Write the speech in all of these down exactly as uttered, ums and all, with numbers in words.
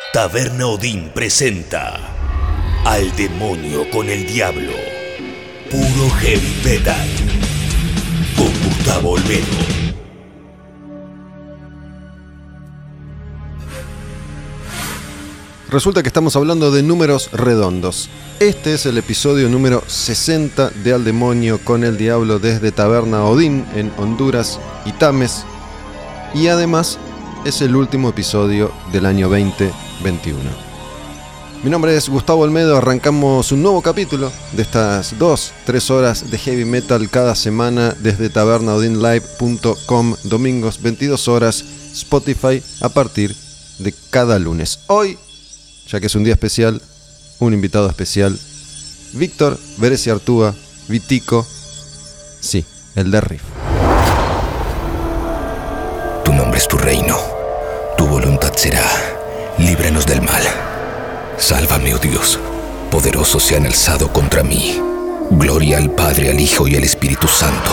Taberna Odín presenta Al demonio con el diablo. Puro heavy metal. Con Gustavo Olmedo. Resulta que estamos hablando de números redondos. Este es el episodio número sesenta de Al demonio con el diablo desde Taberna Odín en Honduras y Tames. Y además es el último episodio del año veinte veintiuno. Mi nombre es Gustavo Olmedo. Arrancamos un nuevo capítulo de estas dos, tres horas de heavy metal cada semana desde taberna odin live punto com, domingos veintidós horas, Spotify a partir de cada lunes. Hoy, ya que es un día especial, un invitado especial, Víctor Beresi Artúa, Vitico, sí, el de Riff. Tu nombre es tu reino, tu voluntad será, líbranos del mal. Sálvame, oh Dios, poderosos se han alzado contra mí. Gloria al Padre, al Hijo y al Espíritu Santo,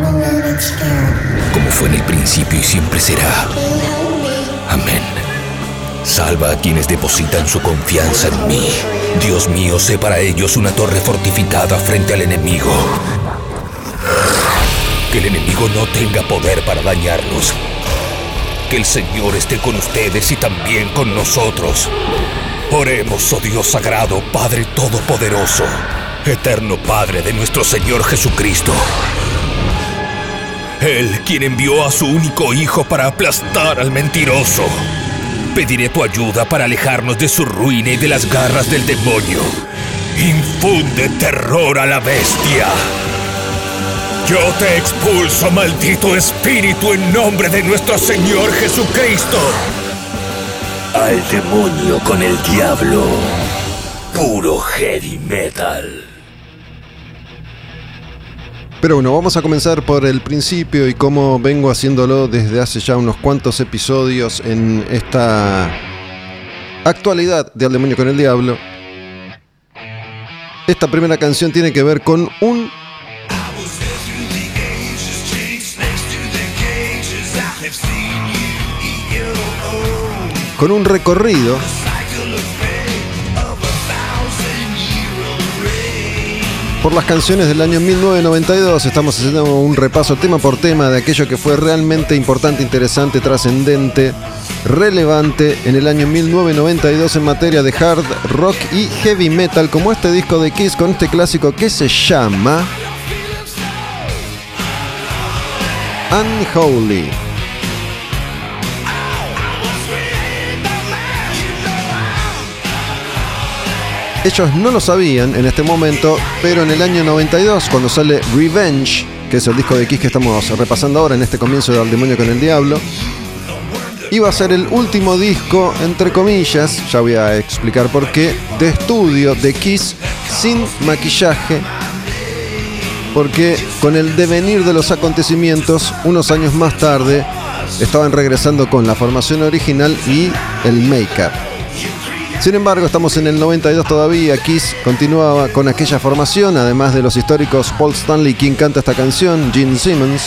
como fue en el principio y siempre será. Amén. Salva a quienes depositan su confianza en mí. Dios mío, sé para ellos una torre fortificada frente al enemigo. Que el enemigo no tenga poder para dañarlos. Que el Señor esté con ustedes y también con nosotros. Oremos, oh Dios sagrado, Padre todopoderoso, eterno Padre de nuestro Señor Jesucristo. Él, quien envió a su único Hijo para aplastar al mentiroso. Pediré tu ayuda para alejarnos de su ruina y de las garras del demonio. Infunde terror a la bestia. Yo te expulso, maldito espíritu, en nombre de nuestro Señor Jesucristo. Al demonio con el diablo. Puro heavy metal. Pero bueno, vamos a comenzar por el principio y cómo vengo haciéndolo desde hace ya unos cuantos episodios en esta actualidad de Al demonio con el diablo. Esta primera canción tiene que ver con un con un recorrido por las canciones del año mil novecientos noventa y dos. Estamos haciendo un repaso tema por tema de aquello que fue realmente importante, interesante, trascendente, relevante en el año mil novecientos noventa y dos en materia de hard rock y heavy metal, como este disco de Kiss con este clásico que se llama Unholy. Ellos no lo sabían en este momento, pero en el año noventa y dos, cuando sale Revenge, que es el disco de Kiss que estamos repasando ahora en este comienzo de Al demonio con el diablo, iba a ser el último disco, entre comillas, ya voy a explicar por qué, de estudio de Kiss sin maquillaje, porque con el devenir de los acontecimientos, unos años más tarde, estaban regresando con la formación original y el make-up. Sin embargo, estamos en el noventa y dos todavía. Kiss continuaba con aquella formación, además de los históricos Paul Stanley, quien canta esta canción, Gene Simmons,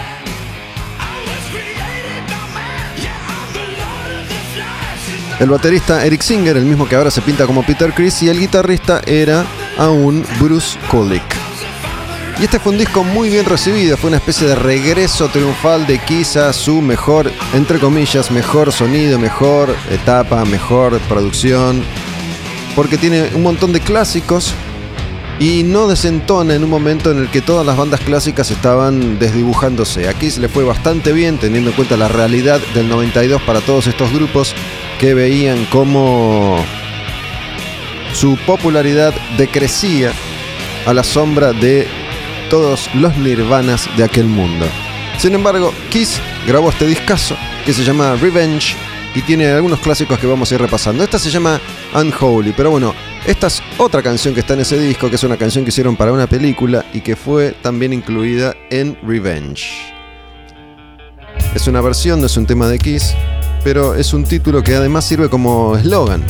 el baterista Eric Singer, el mismo que ahora se pinta como Peter Criss, y el guitarrista era aún Bruce Kulick. Y este fue un disco muy bien recibido, fue una especie de regreso triunfal de Kiss a su mejor, entre comillas, mejor sonido, mejor etapa, mejor producción, porque tiene un montón de clásicos y no desentona en un momento en el que todas las bandas clásicas estaban desdibujándose. A Kiss le fue bastante bien, teniendo en cuenta la realidad del noventa y dos para todos estos grupos que veían cómo su popularidad decrecía a la sombra de todos los nirvanas de aquel mundo. Sin embargo, Kiss grabó este discazo que se llama Revenge y tiene algunos clásicos que vamos a ir repasando. Esta se llama Unholy, pero bueno, esta es otra canción que está en ese disco, que es una canción que hicieron para una película y que fue también incluida en Revenge. Es una versión, no es un tema de Kiss, pero es un título que además sirve como eslogan.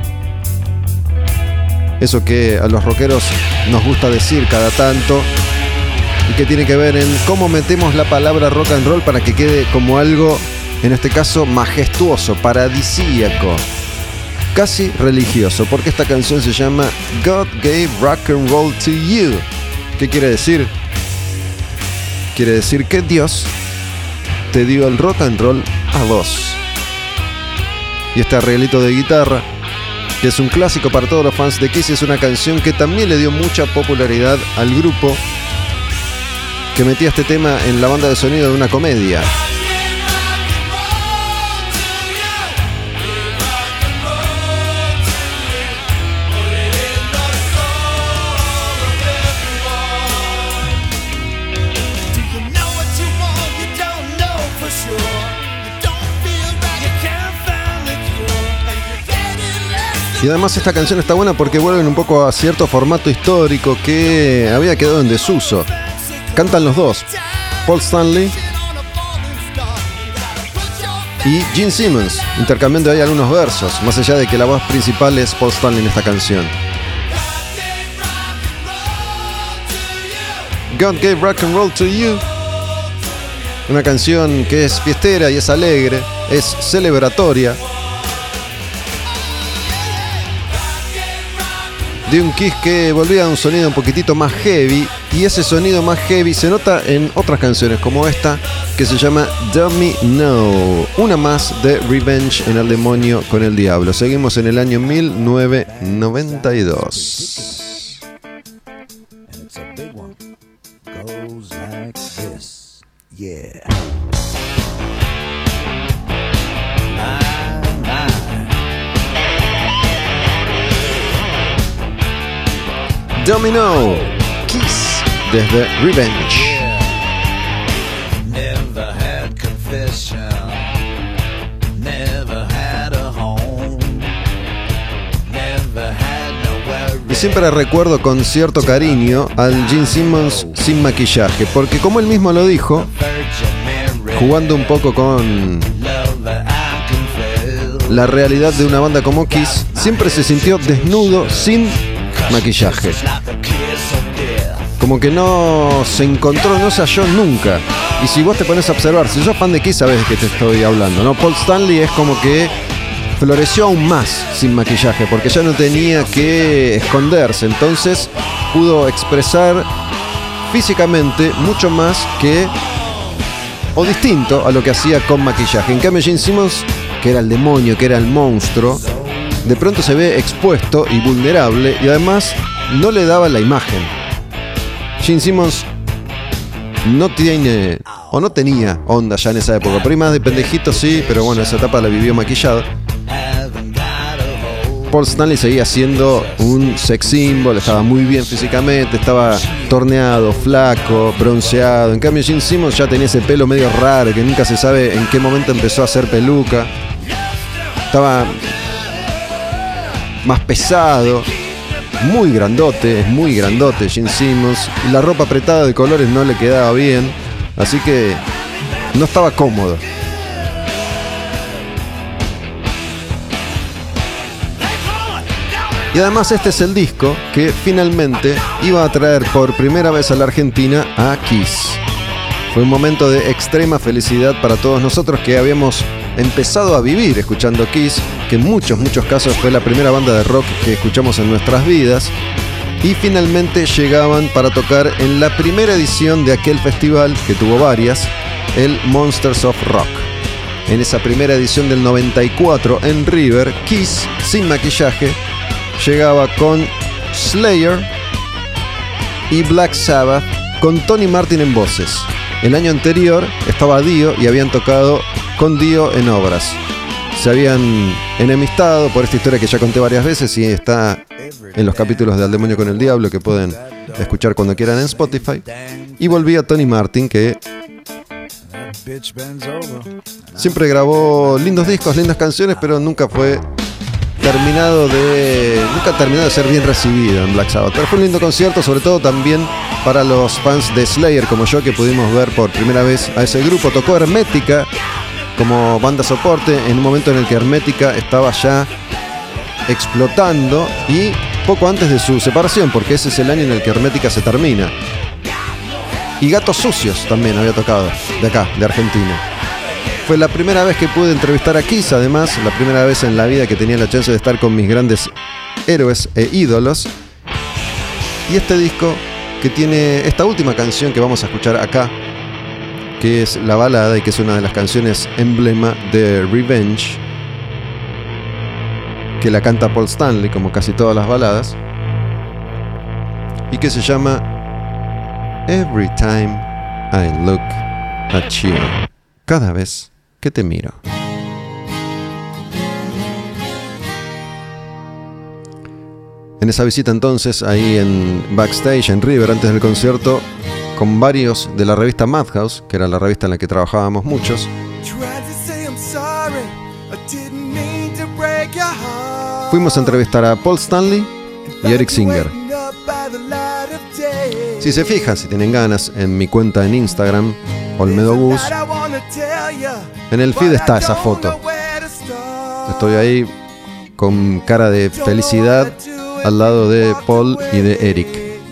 Eso que a los rockeros nos gusta decir cada tanto, y que tiene que ver en cómo metemos la palabra rock and roll para que quede como algo, en este caso, majestuoso, paradisíaco. casi religioso, porque esta canción se llama God Gave Rock and Roll to You. ¿Qué quiere decir? Quiere decir que Dios te dio el rock and roll a vos. Y este arreglito de guitarra, que es un clásico para todos los fans de Kiss, es una canción que también le dio mucha popularidad al grupo que metía este tema en la banda de sonido de una comedia. Y además esta canción está buena porque vuelven un poco a cierto formato histórico que había quedado en desuso. Cantan los dos, Paul Stanley y Gene Simmons, intercambiando ahí algunos versos, más allá de que la voz principal es Paul Stanley en esta canción. God Gave Rock and Roll to You. Una canción que es fiestera y es alegre, es celebratoria. De un Kiss que volvía a un sonido un poquitito más heavy, y ese sonido más heavy se nota en otras canciones como esta que se llama Tell Me No, una más de Revenge en Al Demonio con el Diablo. Seguimos en el año mil novecientos noventa y dos. Domino, Kiss, desde Revenge. Y siempre recuerdo con cierto cariño al Gene Simmons sin maquillaje, porque como él mismo lo dijo, jugando un poco con la realidad de una banda como Kiss, siempre se sintió desnudo sin maquillaje. Como que no se encontró, no se halló nunca. Y si vos te pones a observar, si sos fan de Kiss, sabés de qué te estoy hablando, ¿no? Paul Stanley es como que floreció aún más sin maquillaje, porque ya no tenía que esconderse. Entonces pudo expresar físicamente mucho más que, o distinto a lo que hacía con maquillaje. En cambio Gene Simmons, que era el demonio, que era el monstruo, de pronto se ve expuesto y vulnerable, y además no le daba la imagen. Gene Simmons no tiene, o no tenía onda ya en esa época, por ahí más de pendejito sí, pero bueno, esa etapa la vivió maquillado. Paul Stanley seguía siendo un sex symbol, estaba muy bien físicamente, estaba torneado, flaco, bronceado. En cambio Gene Simmons ya tenía ese pelo medio raro, que nunca se sabe en qué momento empezó a hacer peluca. Estaba más pesado, muy grandote, es muy grandote Gene Simmons, y la ropa apretada de colores no le quedaba bien, así que no estaba cómodo. Y además este es el disco que finalmente iba a traer por primera vez a la Argentina a Kiss. Fue un momento de extrema felicidad para todos nosotros que habíamos empezado a vivir escuchando Kiss, que en muchos, muchos casos fue la primera banda de rock que escuchamos en nuestras vidas, y finalmente llegaban para tocar en la primera edición de aquel festival, que tuvo varias, el Monsters of Rock. En esa primera edición del noventa y cuatro en River, Kiss, sin maquillaje, llegaba con Slayer y Black Sabbath, con Tony Martin en voces. El año anterior estaba Dio y habían tocado con Dio en Obras. Se habían enemistado por esta historia que ya conté varias veces y está en los capítulos de Al Demonio con el Diablo, que pueden escuchar cuando quieran en Spotify. Y volvía Tony Martin, que siempre grabó lindos discos, lindas canciones, pero nunca fue terminado de nunca terminado de ser bien recibido en Black Sabbath. Pero fue un lindo concierto, sobre todo también para los fans de Slayer como yo, que pudimos ver por primera vez a ese grupo. Tocó Hermética como banda soporte en un momento en el que Hermética estaba ya explotando y poco antes de su separación, porque ese es el año en el que Hermética se termina. Y Gatos Sucios también había tocado de acá, de Argentina. Fue la primera vez que pude entrevistar a Kiss, además, la primera vez en la vida que tenía la chance de estar con mis grandes héroes e ídolos. Y este disco que tiene esta última canción que vamos a escuchar acá, que es la balada y que es una de las canciones emblema de Revenge, que la canta Paul Stanley como casi todas las baladas, y que se llama Every Time I Look at You, cada vez que te miro. En esa visita entonces, ahí en backstage, en River, antes del concierto, con varios de la revista Madhouse, que era la revista en la que trabajábamos muchos, fuimos a entrevistar a Paul Stanley y Eric Singer. Si se fijan, si tienen ganas, en mi cuenta en Instagram, Olmedo Gus, en el feed está esa foto. Estoy ahí con cara de felicidad al lado de Paul y de Eric.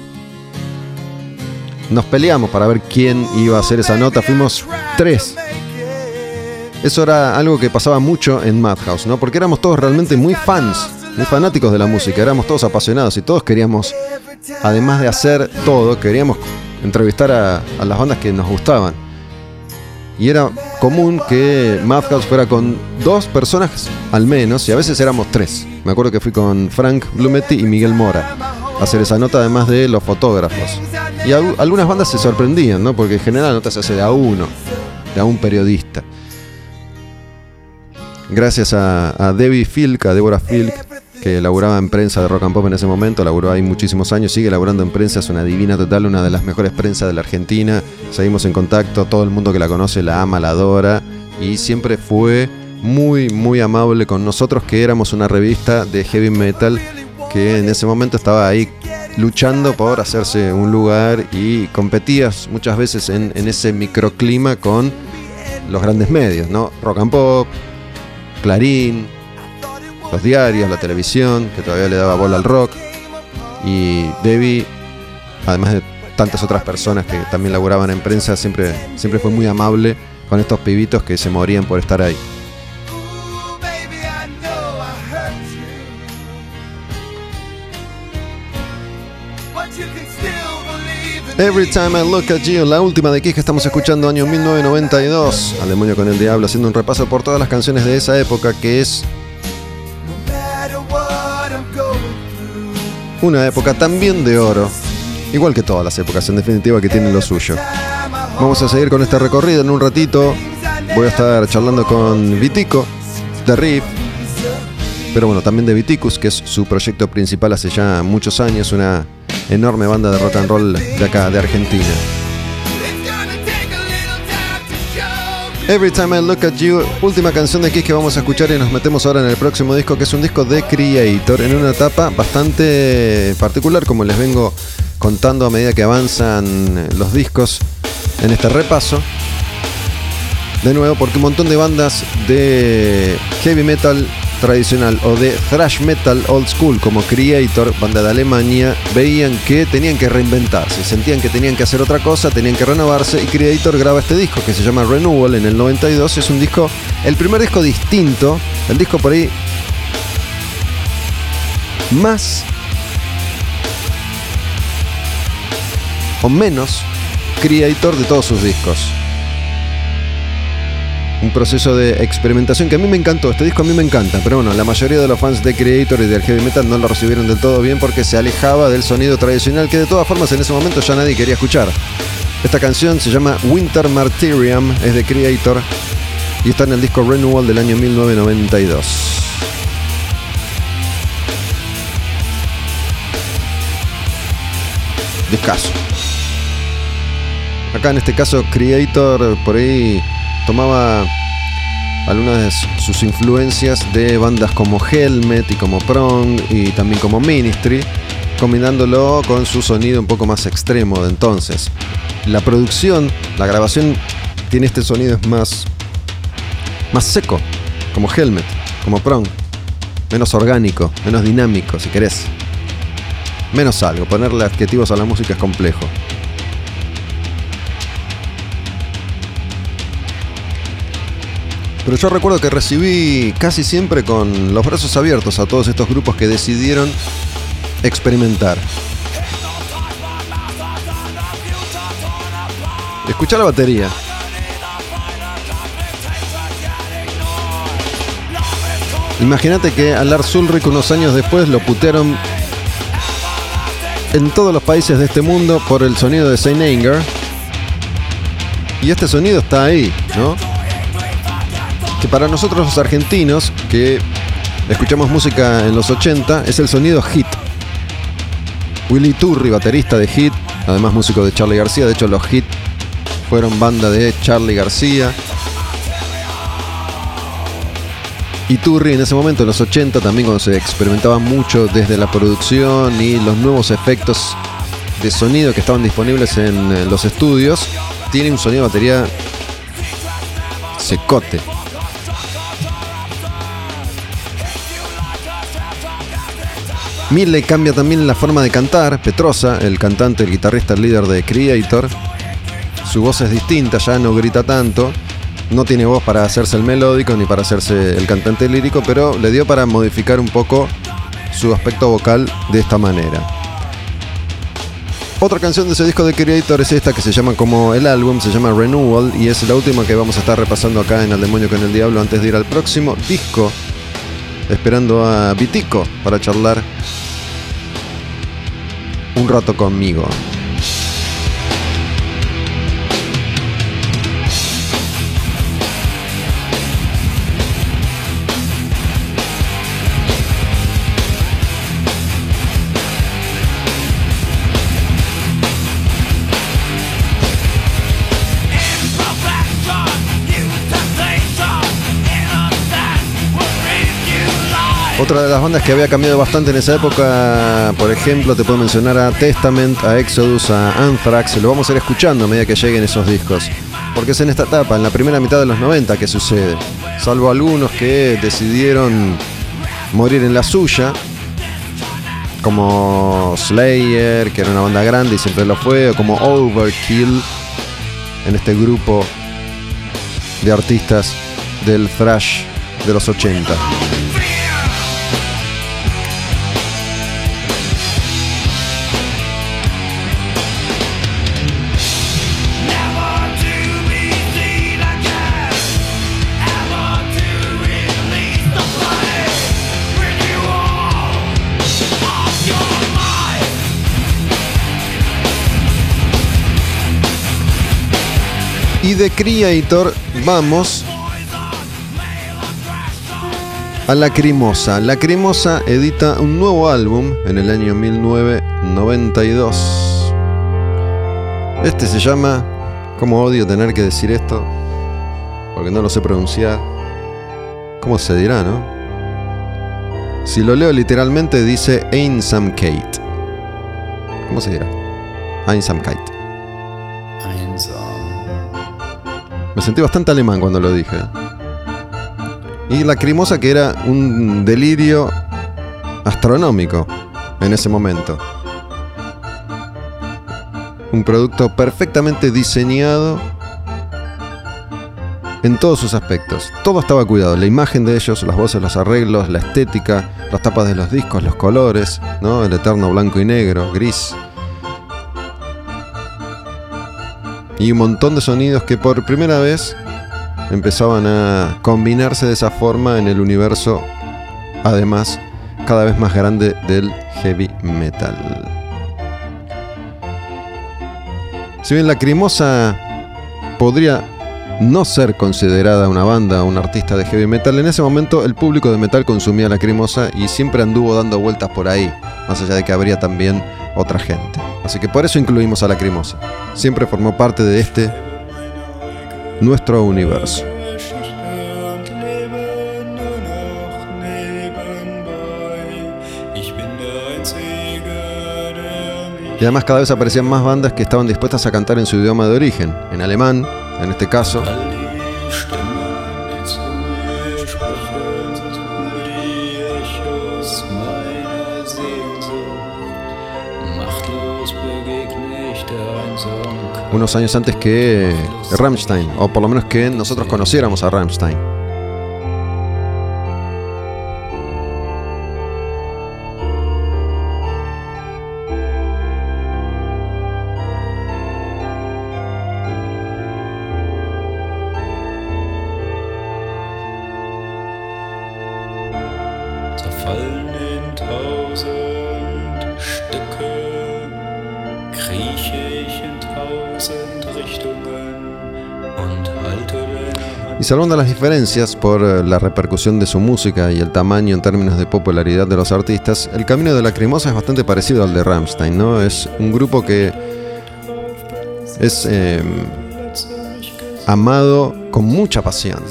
Nos peleamos para ver quién iba a hacer esa nota. Fuimos tres. Eso era algo que pasaba mucho en Madhouse, ¿no? Porque éramos todos realmente muy fans, muy fanáticos de la música. Éramos todos apasionados y todos queríamos, además de hacer todo, queríamos entrevistar a, a las bandas que nos gustaban. Y era común que Madhouse fuera con dos personas al menos, y a veces éramos tres. Me acuerdo que fui con Frank Blumetti y Miguel Mora a hacer esa nota, además de los fotógrafos. Y al- algunas bandas se sorprendían, ¿no? Porque en general la nota se hace de a uno, de a un periodista. Gracias a, a Debbie Filk, a Deborah Filk, que laburaba en prensa de Rock and Pop en ese momento, laburó ahí muchísimos años, sigue laburando en prensa, es una divina total, una de las mejores prensas de la Argentina. Seguimos en contacto, todo el mundo que la conoce la ama, la adora, y siempre fue muy, muy amable con nosotros, que éramos una revista de heavy metal que en ese momento estaba ahí luchando por hacerse un lugar y competías muchas veces en, en ese microclima con los grandes medios, ¿no? Rock and Pop, Clarín, los diarios, la televisión, que todavía le daba bola al rock. Y Debbie, además de tantas otras personas que también laburaban en prensa, siempre, siempre fue muy amable con estos pibitos que se morían por estar ahí. Every Time I Look at You, la última de Kiss que estamos escuchando, año mil novecientos noventa y dos. Al demonio con el diablo, haciendo un repaso por todas las canciones de esa época, que es una época también de oro, igual que todas las épocas en definitiva que tienen lo suyo. Vamos a seguir con este recorrido en un ratito. Voy a estar charlando con Vitico de Riff, pero bueno, también de Viticus, que es su proyecto principal hace ya muchos años, una enorme banda de rock and roll de acá, de Argentina. Every Time I Look at You, última canción de Kiss que vamos a escuchar, y nos metemos ahora en el próximo disco, que es un disco de Creator, en una etapa bastante particular, como les vengo contando a medida que avanzan los discos en este repaso. De nuevo, porque un montón de bandas de heavy metal tradicional o de thrash metal old school como Creator, banda de Alemania, veían que tenían que reinventarse, sentían que tenían que hacer otra cosa, tenían que renovarse, y Creator graba este disco que se llama Renewal en el noventa y dos. Es un disco, el primer disco distinto, el disco por ahí más o menos Creator de todos sus discos. Un proceso de experimentación que a mí me encantó. Este disco a mí me encanta, pero bueno, la mayoría de los fans de Creator y del heavy metal no lo recibieron del todo bien porque se alejaba del sonido tradicional que de todas formas en ese momento ya nadie quería escuchar. Esta canción se llama Winter Martyrium, es de Creator y está en el disco Renewal del año mil novecientos noventa y dos. Discazo. Acá en este caso Creator por ahí tomaba algunas de sus influencias de bandas como Helmet y como Prong y también como Ministry, combinándolo con su sonido un poco más extremo de entonces. La producción, la grabación tiene este sonido es más, más seco, como Helmet, como Prong, menos orgánico, menos dinámico si querés. Menos algo, ponerle adjetivos a la música es complejo. Pero yo recuerdo que recibí casi siempre con los brazos abiertos a todos estos grupos que decidieron experimentar. Escuchá la batería. Imagínate que a Lars Ulrich unos años después lo putearon en todos los países de este mundo por el sonido de Saint Anger. Y este sonido está ahí, ¿no? Que para nosotros los argentinos, que escuchamos música en los ochenta, es el sonido Hit. Willy Turri, baterista de Hit, además músico de Charly García. De hecho, los Hit fueron banda de Charly García. Y Turri en ese momento, en los ochenta, también cuando se experimentaba mucho desde la producción y los nuevos efectos de sonido que estaban disponibles en los estudios, tiene un sonido de batería secote. Milley cambia también la forma de cantar. Petrosa, el cantante, el guitarrista, el líder de Creator, su voz es distinta, ya no grita tanto. No tiene voz para hacerse el melódico ni para hacerse el cantante lírico, pero le dio para modificar un poco su aspecto vocal de esta manera. Otra canción de ese disco de Creator es esta, que se llama como el álbum, se llama Renewal, y es la última que vamos a estar repasando acá en Al Demonio con el Diablo antes de ir al próximo disco, esperando a Vitico para charlar un rato conmigo. Otra de las bandas que había cambiado bastante en esa época, por ejemplo, te puedo mencionar a Testament, a Exodus, a Anthrax. Lo vamos a ir escuchando a medida que lleguen esos discos, porque es en esta etapa, en la primera mitad de los noventa, que sucede. Salvo algunos que decidieron morir en la suya, como Slayer, que era una banda grande y siempre lo fue, o como Overkill, en este grupo de artistas del thrash de los ochenta. Y de Creator vamos a Lacrimosa. Lacrimosa edita un nuevo álbum en el año mil novecientos noventa y dos. Este se llama, como odio tener que decir esto, porque no lo sé pronunciar. ¿Cómo se dirá, no? Si lo leo literalmente dice Einsamkeit. ¿Cómo se dirá? Einsamkeit. Me sentí bastante alemán cuando lo dije. Y Lacrimosa, que era un delirio astronómico en ese momento. Un producto perfectamente diseñado en todos sus aspectos. Todo estaba cuidado. La imagen de ellos, las voces, los arreglos, la estética, las tapas de los discos, los colores, ¿no? El eterno blanco y negro, gris. Y un montón de sonidos que por primera vez empezaban a combinarse de esa forma en el universo, además, cada vez más grande del heavy metal. Si bien Lacrimosa podría no ser considerada una banda o un artista de heavy metal, en ese momento el público de metal consumía Lacrimosa y siempre anduvo dando vueltas por ahí, más allá de que habría también otra gente. Así que por eso incluimos a Lacrimosa. Siempre formó parte de este nuestro universo. Y además cada vez aparecían más bandas que estaban dispuestas a cantar en su idioma de origen, en alemán, en este caso. Unos años antes que Rammstein, o por lo menos que nosotros conociéramos a Rammstein. Y salvando las diferencias por la repercusión de su música y el tamaño en términos de popularidad de los artistas, el camino de Lacrimosa es bastante parecido al de Rammstein, ¿no? Es un grupo que es eh, amado con mucha pasión.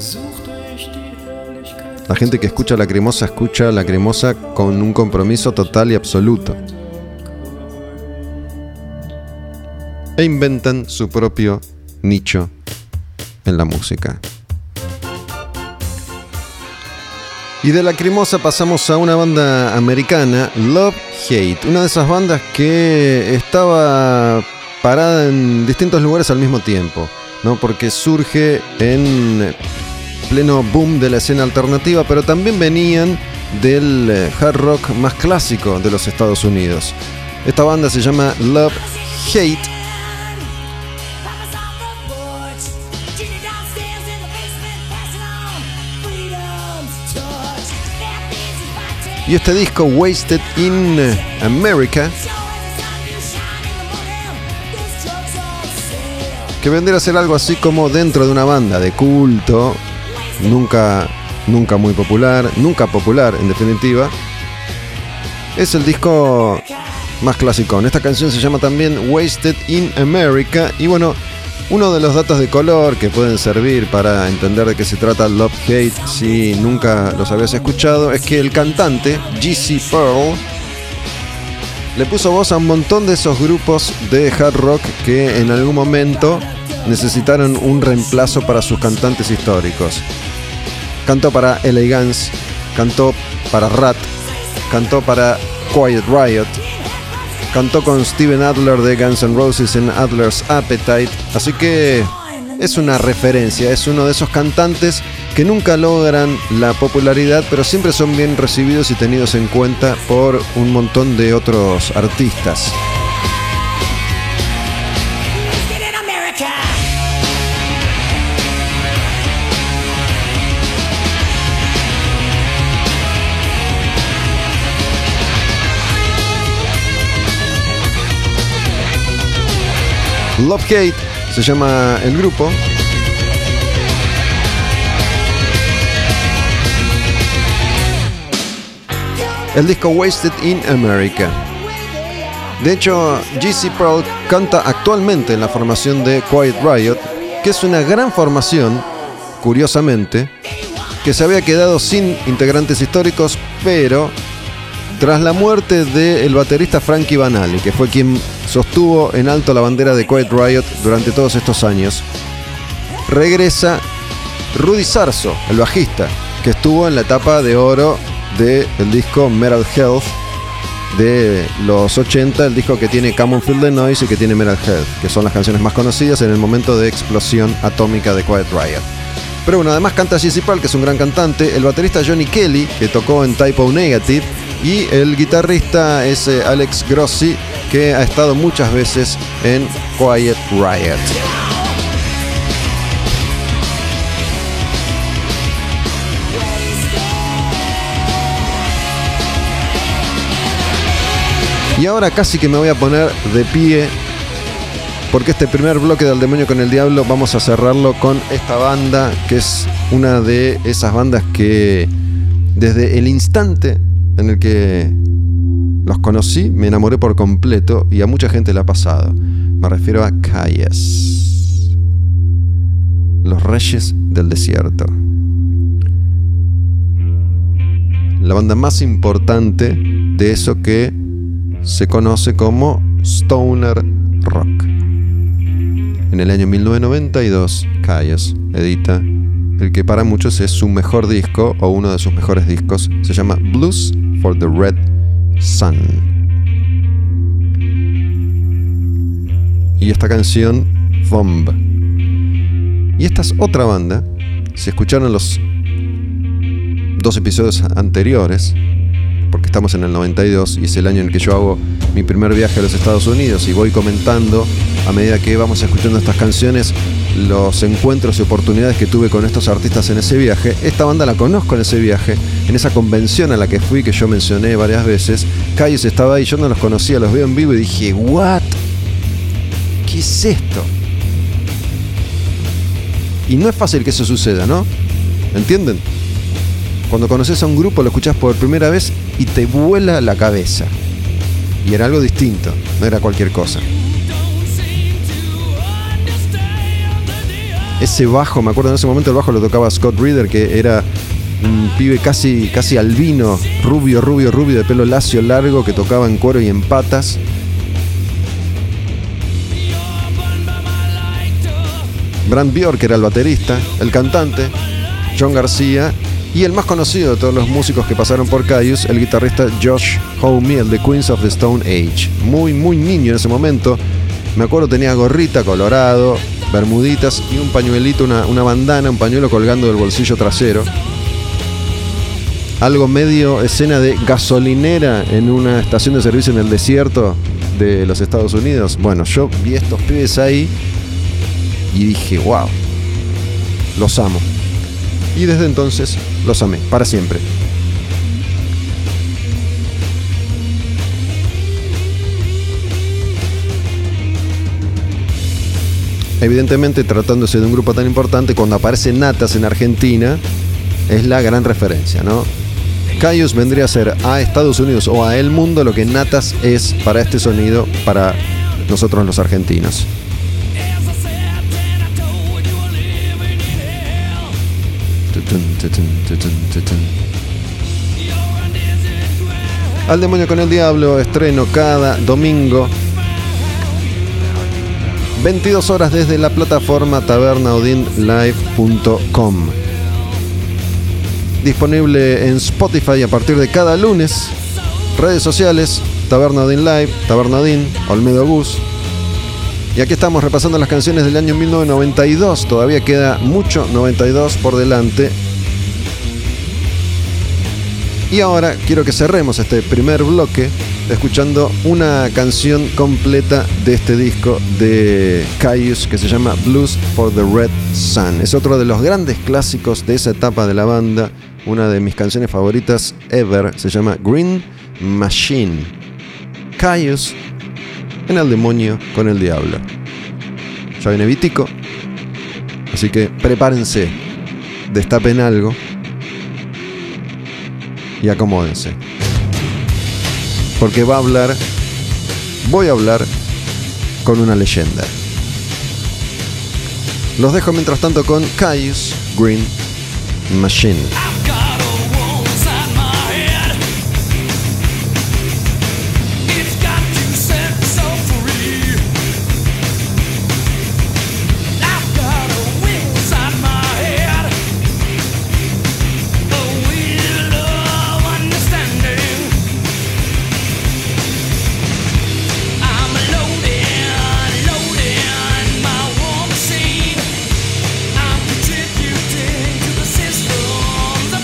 La gente que escucha Lacrimosa escucha Lacrimosa con un compromiso total y absoluto. E inventan su propio nicho en la música. Y de Lacrimosa pasamos a una banda americana, Love Hate, una de esas bandas que estaba parada en distintos lugares al mismo tiempo, ¿no? Porque surge en pleno boom de la escena alternativa, pero también venían del hard rock más clásico de los Estados Unidos. Esta banda se llama Love Hate. Y este disco, Wasted in America, que vendría a ser algo así como dentro de una banda de culto, nunca, nunca muy popular, nunca popular en definitiva, es el disco más clásico. Esta canción se llama también Wasted in America. Y bueno, uno de los datos de color que pueden servir para entender de qué se trata Love Hate si nunca los habías escuchado es que el cantante G C Pearl le puso voz a un montón de esos grupos de hard rock que en algún momento necesitaron un reemplazo para sus cantantes históricos. Cantó para L A Guns, cantó para Rat, cantó para Quiet Riot, cantó con Steven Adler de Guns N' Roses en Adler's Appetite, así que es una referencia, es uno de esos cantantes que nunca logran la popularidad, pero siempre son bien recibidos y tenidos en cuenta por un montón de otros artistas. Love Hate se llama el grupo. El disco Wasted in America. De hecho, G C Pearl canta actualmente en la formación de Quiet Riot, que es una gran formación, curiosamente, que se había quedado sin integrantes históricos, pero tras la muerte del baterista Frankie Banali, que fue quien sostuvo en alto la bandera de Quiet Riot durante todos estos años, regresa Rudy Sarzo, el bajista, que estuvo en la etapa de oro del disco Metal Health de los ochenta, el disco que tiene Come On Feel the Noise y que tiene Metal Health, que son las canciones más conocidas en el momento de explosión atómica de Quiet Riot. Pero bueno, además canta G C Pearl, que es un gran cantante, el baterista Johnny Kelly, que tocó en Type O Negative, y el guitarrista es eh, Alex Grossi, que ha estado muchas veces en Quiet Riot. Y ahora casi que me voy a poner de pie, porque este primer bloque del Demonio con el Diablo vamos a cerrarlo con esta banda, que es una de esas bandas que desde el instante en el que los conocí me enamoré por completo, y a mucha gente le ha pasado. Me refiero a Kyuss, los Reyes del Desierto, la banda más importante de eso que se conoce como Stoner Rock. En el año mil novecientos noventa y dos, Kyuss edita el que para muchos es su mejor disco, o uno de sus mejores discos. Se llama Blues for the Red Sun. Y esta canción, Thumb. Y esta es otra banda. Si escucharon los dos episodios anteriores, porque estamos en el noventa y dos y es el año en el que yo hago mi primer viaje a los Estados Unidos, y voy comentando a medida que vamos escuchando estas canciones los encuentros y oportunidades que tuve con estos artistas en ese viaje. Esta banda la conozco en ese viaje, en esa convención a la que fui, que yo mencioné varias veces. Kyuss estaba ahí, yo no los conocía, los veo en vivo y dije, ¿what? ¿Qué es esto? Y no es fácil que eso suceda, ¿no? ¿Entienden? Cuando conoces a un grupo, lo escuchás por primera vez y te vuela la cabeza. Y era algo distinto, no era cualquier cosa. Ese bajo, me acuerdo en ese momento el bajo lo tocaba Scott Reeder, que era un pibe casi, casi albino, rubio, rubio, rubio, de pelo lacio, largo, que tocaba en cuero y en patas. Brant Bjork era el baterista, el cantante, John García, y el más conocido de todos los músicos que pasaron por Kyuss, el guitarrista Josh Homme, el de Queens of the Stone Age. Muy, muy niño en ese momento. Me acuerdo tenía gorrita, colorado, bermuditas y un pañuelito, una, una bandana, un pañuelo colgando del bolsillo trasero. Algo medio escena de gasolinera en una estación de servicio en el desierto de los Estados Unidos. Bueno, yo vi estos pibes ahí y dije, wow, los amo. Y desde entonces los amé, para siempre. Evidentemente, tratándose de un grupo tan importante, cuando aparece Natas en Argentina, es la gran referencia, ¿no? Kyuss vendría a ser a Estados Unidos o a el mundo lo que Natas es para este sonido, para nosotros los argentinos. Al demonio con el diablo, estreno cada domingo, veintidós horas desde la plataforma taberna odin live punto com. Disponible en Spotify a partir de cada lunes. Redes sociales, Taberna Odin Live, Taberna Odin, Olmedo Gus. Y aquí estamos repasando las canciones del año mil novecientos noventa y dos. Todavía queda mucho noventa y dos por delante. Y ahora quiero que cerremos este primer bloque escuchando una canción completa de este disco de Kyuss que se llama Blues for the Red Sun. Es otro de los grandes clásicos de esa etapa de la banda. Una de mis canciones favoritas ever. Se llama Green Machine. Kyuss en El demonio con el diablo. Ya viene Vitico, así que prepárense, destapen algo y acomódense, porque va a hablar, voy a hablar con una leyenda. Los dejo mientras tanto con Kyuss, Green Machine. Systems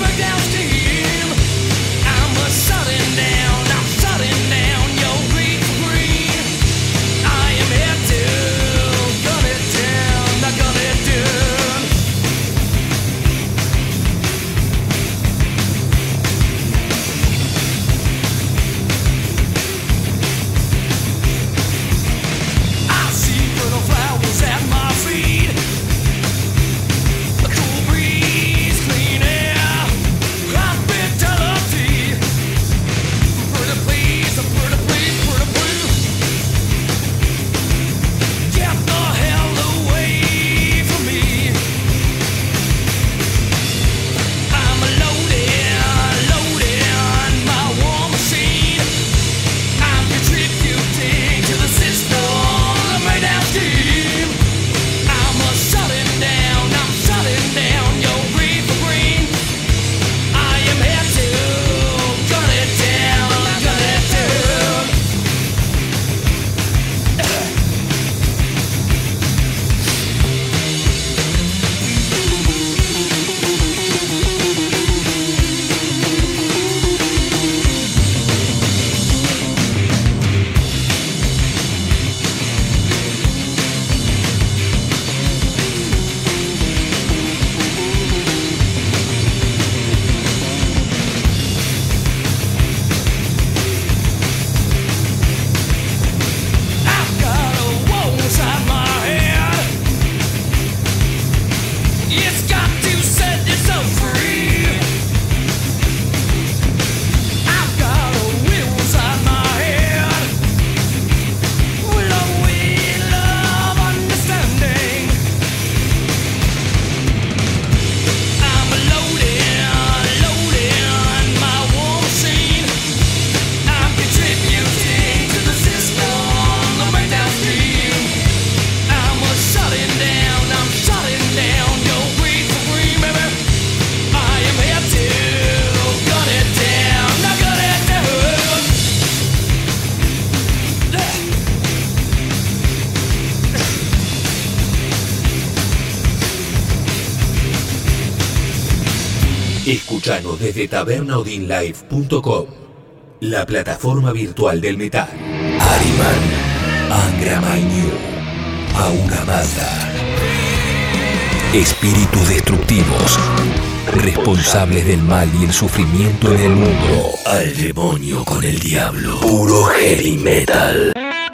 Escúchanos desde taberna odin live punto com, la plataforma virtual del metal. Ariman, Angra Mainyu, Aura Mazda. Espíritus destructivos, responsables del mal y el sufrimiento en el mundo. Al demonio con el diablo. Puro heavy metal.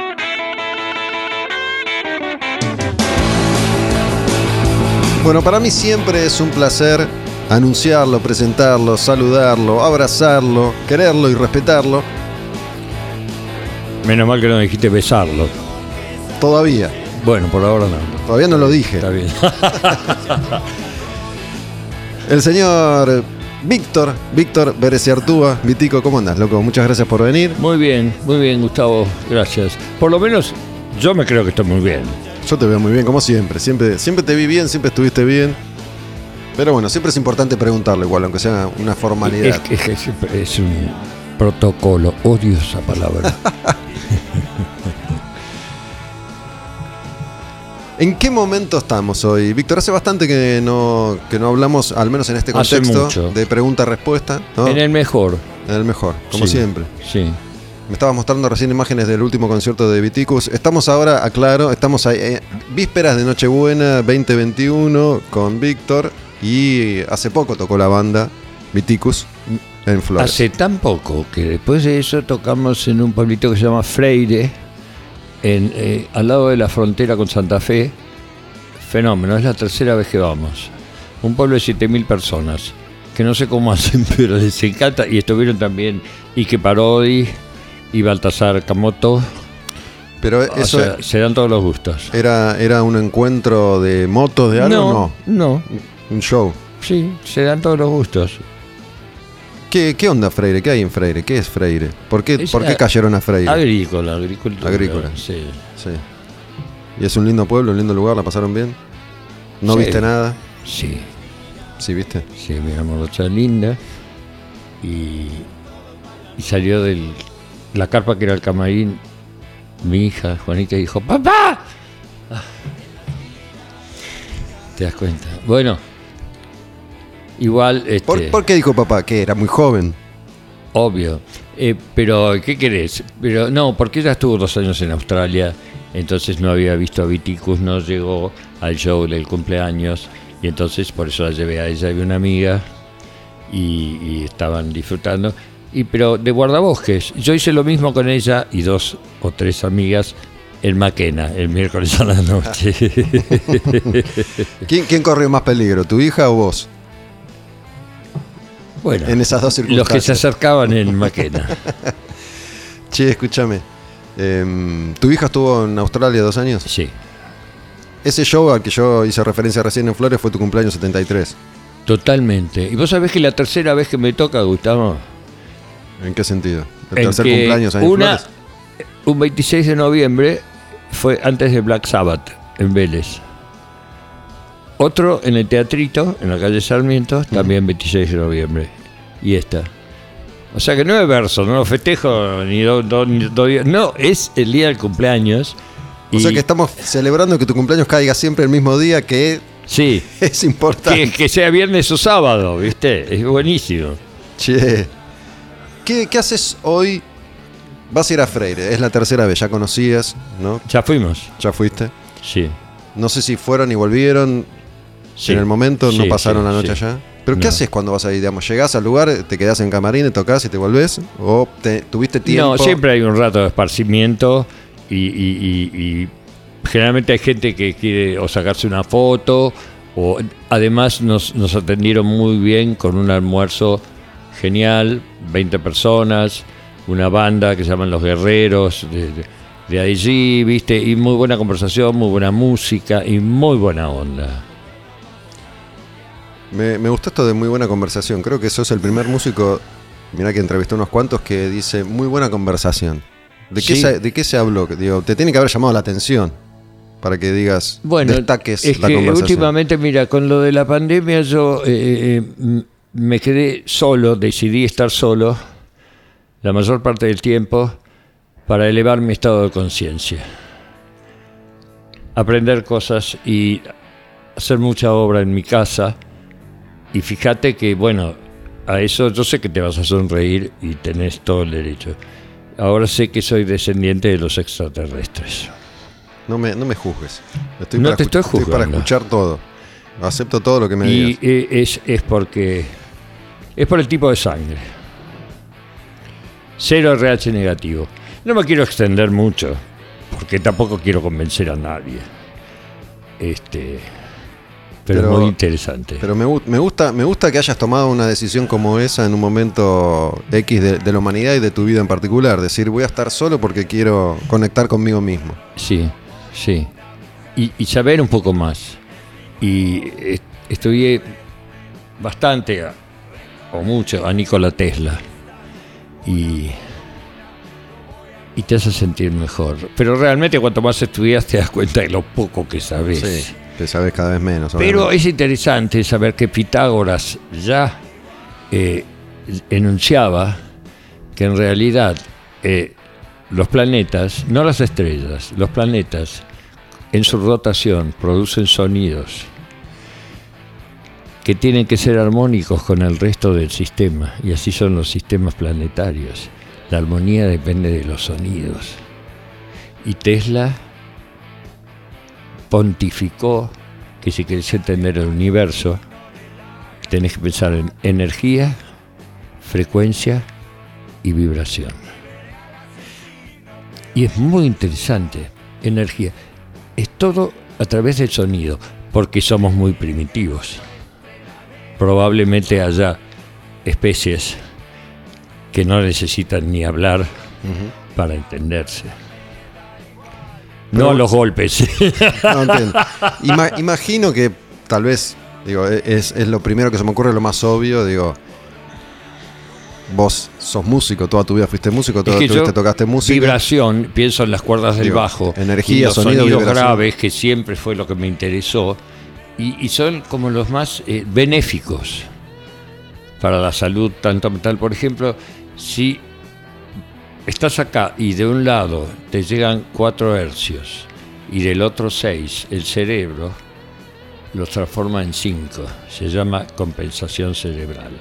Bueno, para mí siempre es un placer anunciarlo, presentarlo, saludarlo, abrazarlo, quererlo y respetarlo. Menos mal que no dijiste besarlo. Todavía. Bueno, por ahora no. Todavía no lo dije. Está bien. El señor Víctor, Víctor Bereciartúa. Vitico, ¿cómo andás, loco? Muchas gracias por venir. Muy bien, muy bien, Gustavo. Gracias. Por lo menos yo me creo que estoy muy bien. Yo te veo muy bien, como siempre. Siempre, siempre te vi bien, siempre estuviste bien. Pero bueno, siempre es importante preguntarlo igual, aunque sea una formalidad. Es, es, es, es un protocolo. Odio esa palabra. ¿En qué momento estamos hoy, Víctor? Hace bastante que no, que no hablamos, al menos en este contexto, de pregunta-respuesta, ¿no? En el mejor. En el mejor, como Sí, siempre. Sí. Me estabas mostrando recién imágenes del último concierto de Viticus. Estamos ahora, aclaro, estamos ahí, eh, vísperas de Nochebuena veinte veintiuno con Víctor. Y hace poco tocó la banda Viticus en Flores. Hace tan poco que después de eso tocamos en un pueblito que se llama Freire, en, eh, al lado de la frontera con Santa Fe. Fenómeno, es la tercera vez que vamos. Un pueblo de siete mil personas, que no sé cómo hacen, pero les encanta. Y estuvieron también Ike Parodi y Baltasar Camoto. Pero eso, o sea, se dan todos los gustos. Era, ¿Era un encuentro de motos de algo? No, no. no. Un show. Sí, se dan todos los gustos. ¿Qué, qué onda Freire? ¿Qué hay en Freire? ¿Qué es Freire? ¿Por qué, Es ¿por qué a- cayeron a Freire? Agrícola, agricultura. Agrícola. Sí. Sí. ¿Y es un lindo pueblo, un lindo lugar? ¿La pasaron bien? ¿No Sí. viste nada? Sí, Sí, ¿viste? sí, mi amorosa linda. Y, y salió de la carpa que era el camarín. Mi hija, Juanita, dijo: ¡Papá! Ah. ¿Te das cuenta? Bueno, igual, este, ¿Por, ¿Por qué dijo papá? Que era muy joven. obvio. Eh, pero, ¿qué querés? Pero no, porque ella estuvo dos años en Australia, entonces no había visto a Viticus, no llegó al show del cumpleaños, y entonces por eso la llevé a ella y una amiga, y, y estaban disfrutando. Y pero de guardabosques, yo hice lo mismo con ella y dos o tres amigas en Maquena, el miércoles a la noche. ¿Quién, ¿Quién corrió más peligro, tu hija o vos? Bueno, En esas dos los circunstancias. que se acercaban en Maquena. Che, escúchame. Em, ¿Tu hija estuvo en Australia dos años? Sí, Ese show al que yo hice referencia recién en Flores fue tu cumpleaños setenta y tres. totalmente. ¿Y vos sabés que la tercera vez que me toca, Gustavo? ¿En qué sentido? ¿El En tercer que cumpleaños ahí en una, Flores? un veintiséis de noviembre fue antes de Black Sabbath en Vélez. Otro en el Teatrito, en la calle Sarmiento, también veintiséis de noviembre. Y esta. O sea que no es verso, no lo festejo ni dos do, ni do días. No, es el día del cumpleaños. O Y- sea que estamos celebrando que tu cumpleaños caiga siempre el mismo día, que Sí, es importante. que, que sea viernes o sábado, ¿viste? Es buenísimo. Che, ¿qué, ¿qué haces hoy? Vas a ir a Freire, es la tercera vez, ya conocías, ¿no? Ya fuimos. Ya fuiste. Sí. No sé si fueron y volvieron. sí. En el momento no Sí, pasaron sí, la noche sí. allá. ¿Pero qué No. haces cuando vas ahí? Digamos, ¿llegás al lugar, te quedás en camarín, tocas y te volvés? ¿O te, tuviste tiempo? No, siempre hay un rato de esparcimiento y, y- y- y generalmente hay gente que quiere o sacarse una foto o además nos, nos atendieron muy bien con un almuerzo genial, veinte personas, una banda que se llaman Los Guerreros de, de, de allí, ¿viste? Y muy buena conversación, muy buena música y muy buena onda. Me, me gustó esto de muy buena conversación. Creo que sos el primer músico, mirá que entrevisté unos cuantos, que dice muy buena conversación. ¿De qué, Sí. se, de qué se habló? Digo, te tiene que haber llamado la atención para que digas, Bueno, destaques es la que conversación. últimamente, mira, con lo de la pandemia yo eh, eh, m- me quedé solo, decidí estar solo la mayor parte del tiempo para elevar mi estado de conciencia. Aprender cosas y hacer mucha obra en mi casa. Y fíjate que, bueno, a eso yo sé que te vas a sonreír y tenés todo el derecho. Ahora sé que soy descendiente de los extraterrestres. No me, no me juzgues. Estoy No para te escuch- estoy juzgando. para escuchar todo. Acepto todo lo que me Y digas. eh, es, es porque es por el tipo de sangre. Cero R H negativo. No me quiero extender mucho, porque tampoco quiero convencer a nadie. Este, pero, Pero- es muy interesante. Pero me, gu- me gusta me gusta que hayas tomado una decisión como esa en un momento X de, de la humanidad y de tu vida en particular. Decir, voy a estar solo porque quiero conectar conmigo mismo. Sí, sí. Y, y saber un poco más. Y eh, estudié bastante, a- o mucho, a Nikola Tesla. Y, y te hace sentir mejor. Pero realmente cuanto más estudias te das cuenta de lo poco que sabes. Sí, te sabes cada vez menos. Pero obviamente. es interesante saber que Pitágoras ya eh, enunciaba que en realidad eh, los planetas, no las estrellas, los planetas en su rotación producen sonidos que tienen que ser armónicos con el resto del sistema, y así son los sistemas planetarios. La armonía depende de los sonidos. Y Tesla pontificó que si querés entender el universo, tenés que pensar en energía, frecuencia y vibración. Y es muy interesante, energía. Es todo a través del sonido, porque somos muy primitivos. Probablemente haya especies que no necesitan ni hablar Ujú. para entenderse. Pero- No a los golpes. No entiendo. Ima- imagino que tal vez, digo, es, es lo primero que se me ocurre, lo más obvio, digo. Vos sos músico, toda tu vida fuiste músico, toda Es que tu vida yo, tocaste música. vibración, pienso en las cuerdas del Digo, bajo, energía, y los sonido, sonidos vibración. graves, que siempre fue lo que me interesó, y, y son como los más eh, benéficos para la salud tanto mental. Por ejemplo, si estás acá y de un lado te llegan cuatro hercios y del otro seis, el cerebro los transforma en cinco. Se llama compensación cerebral.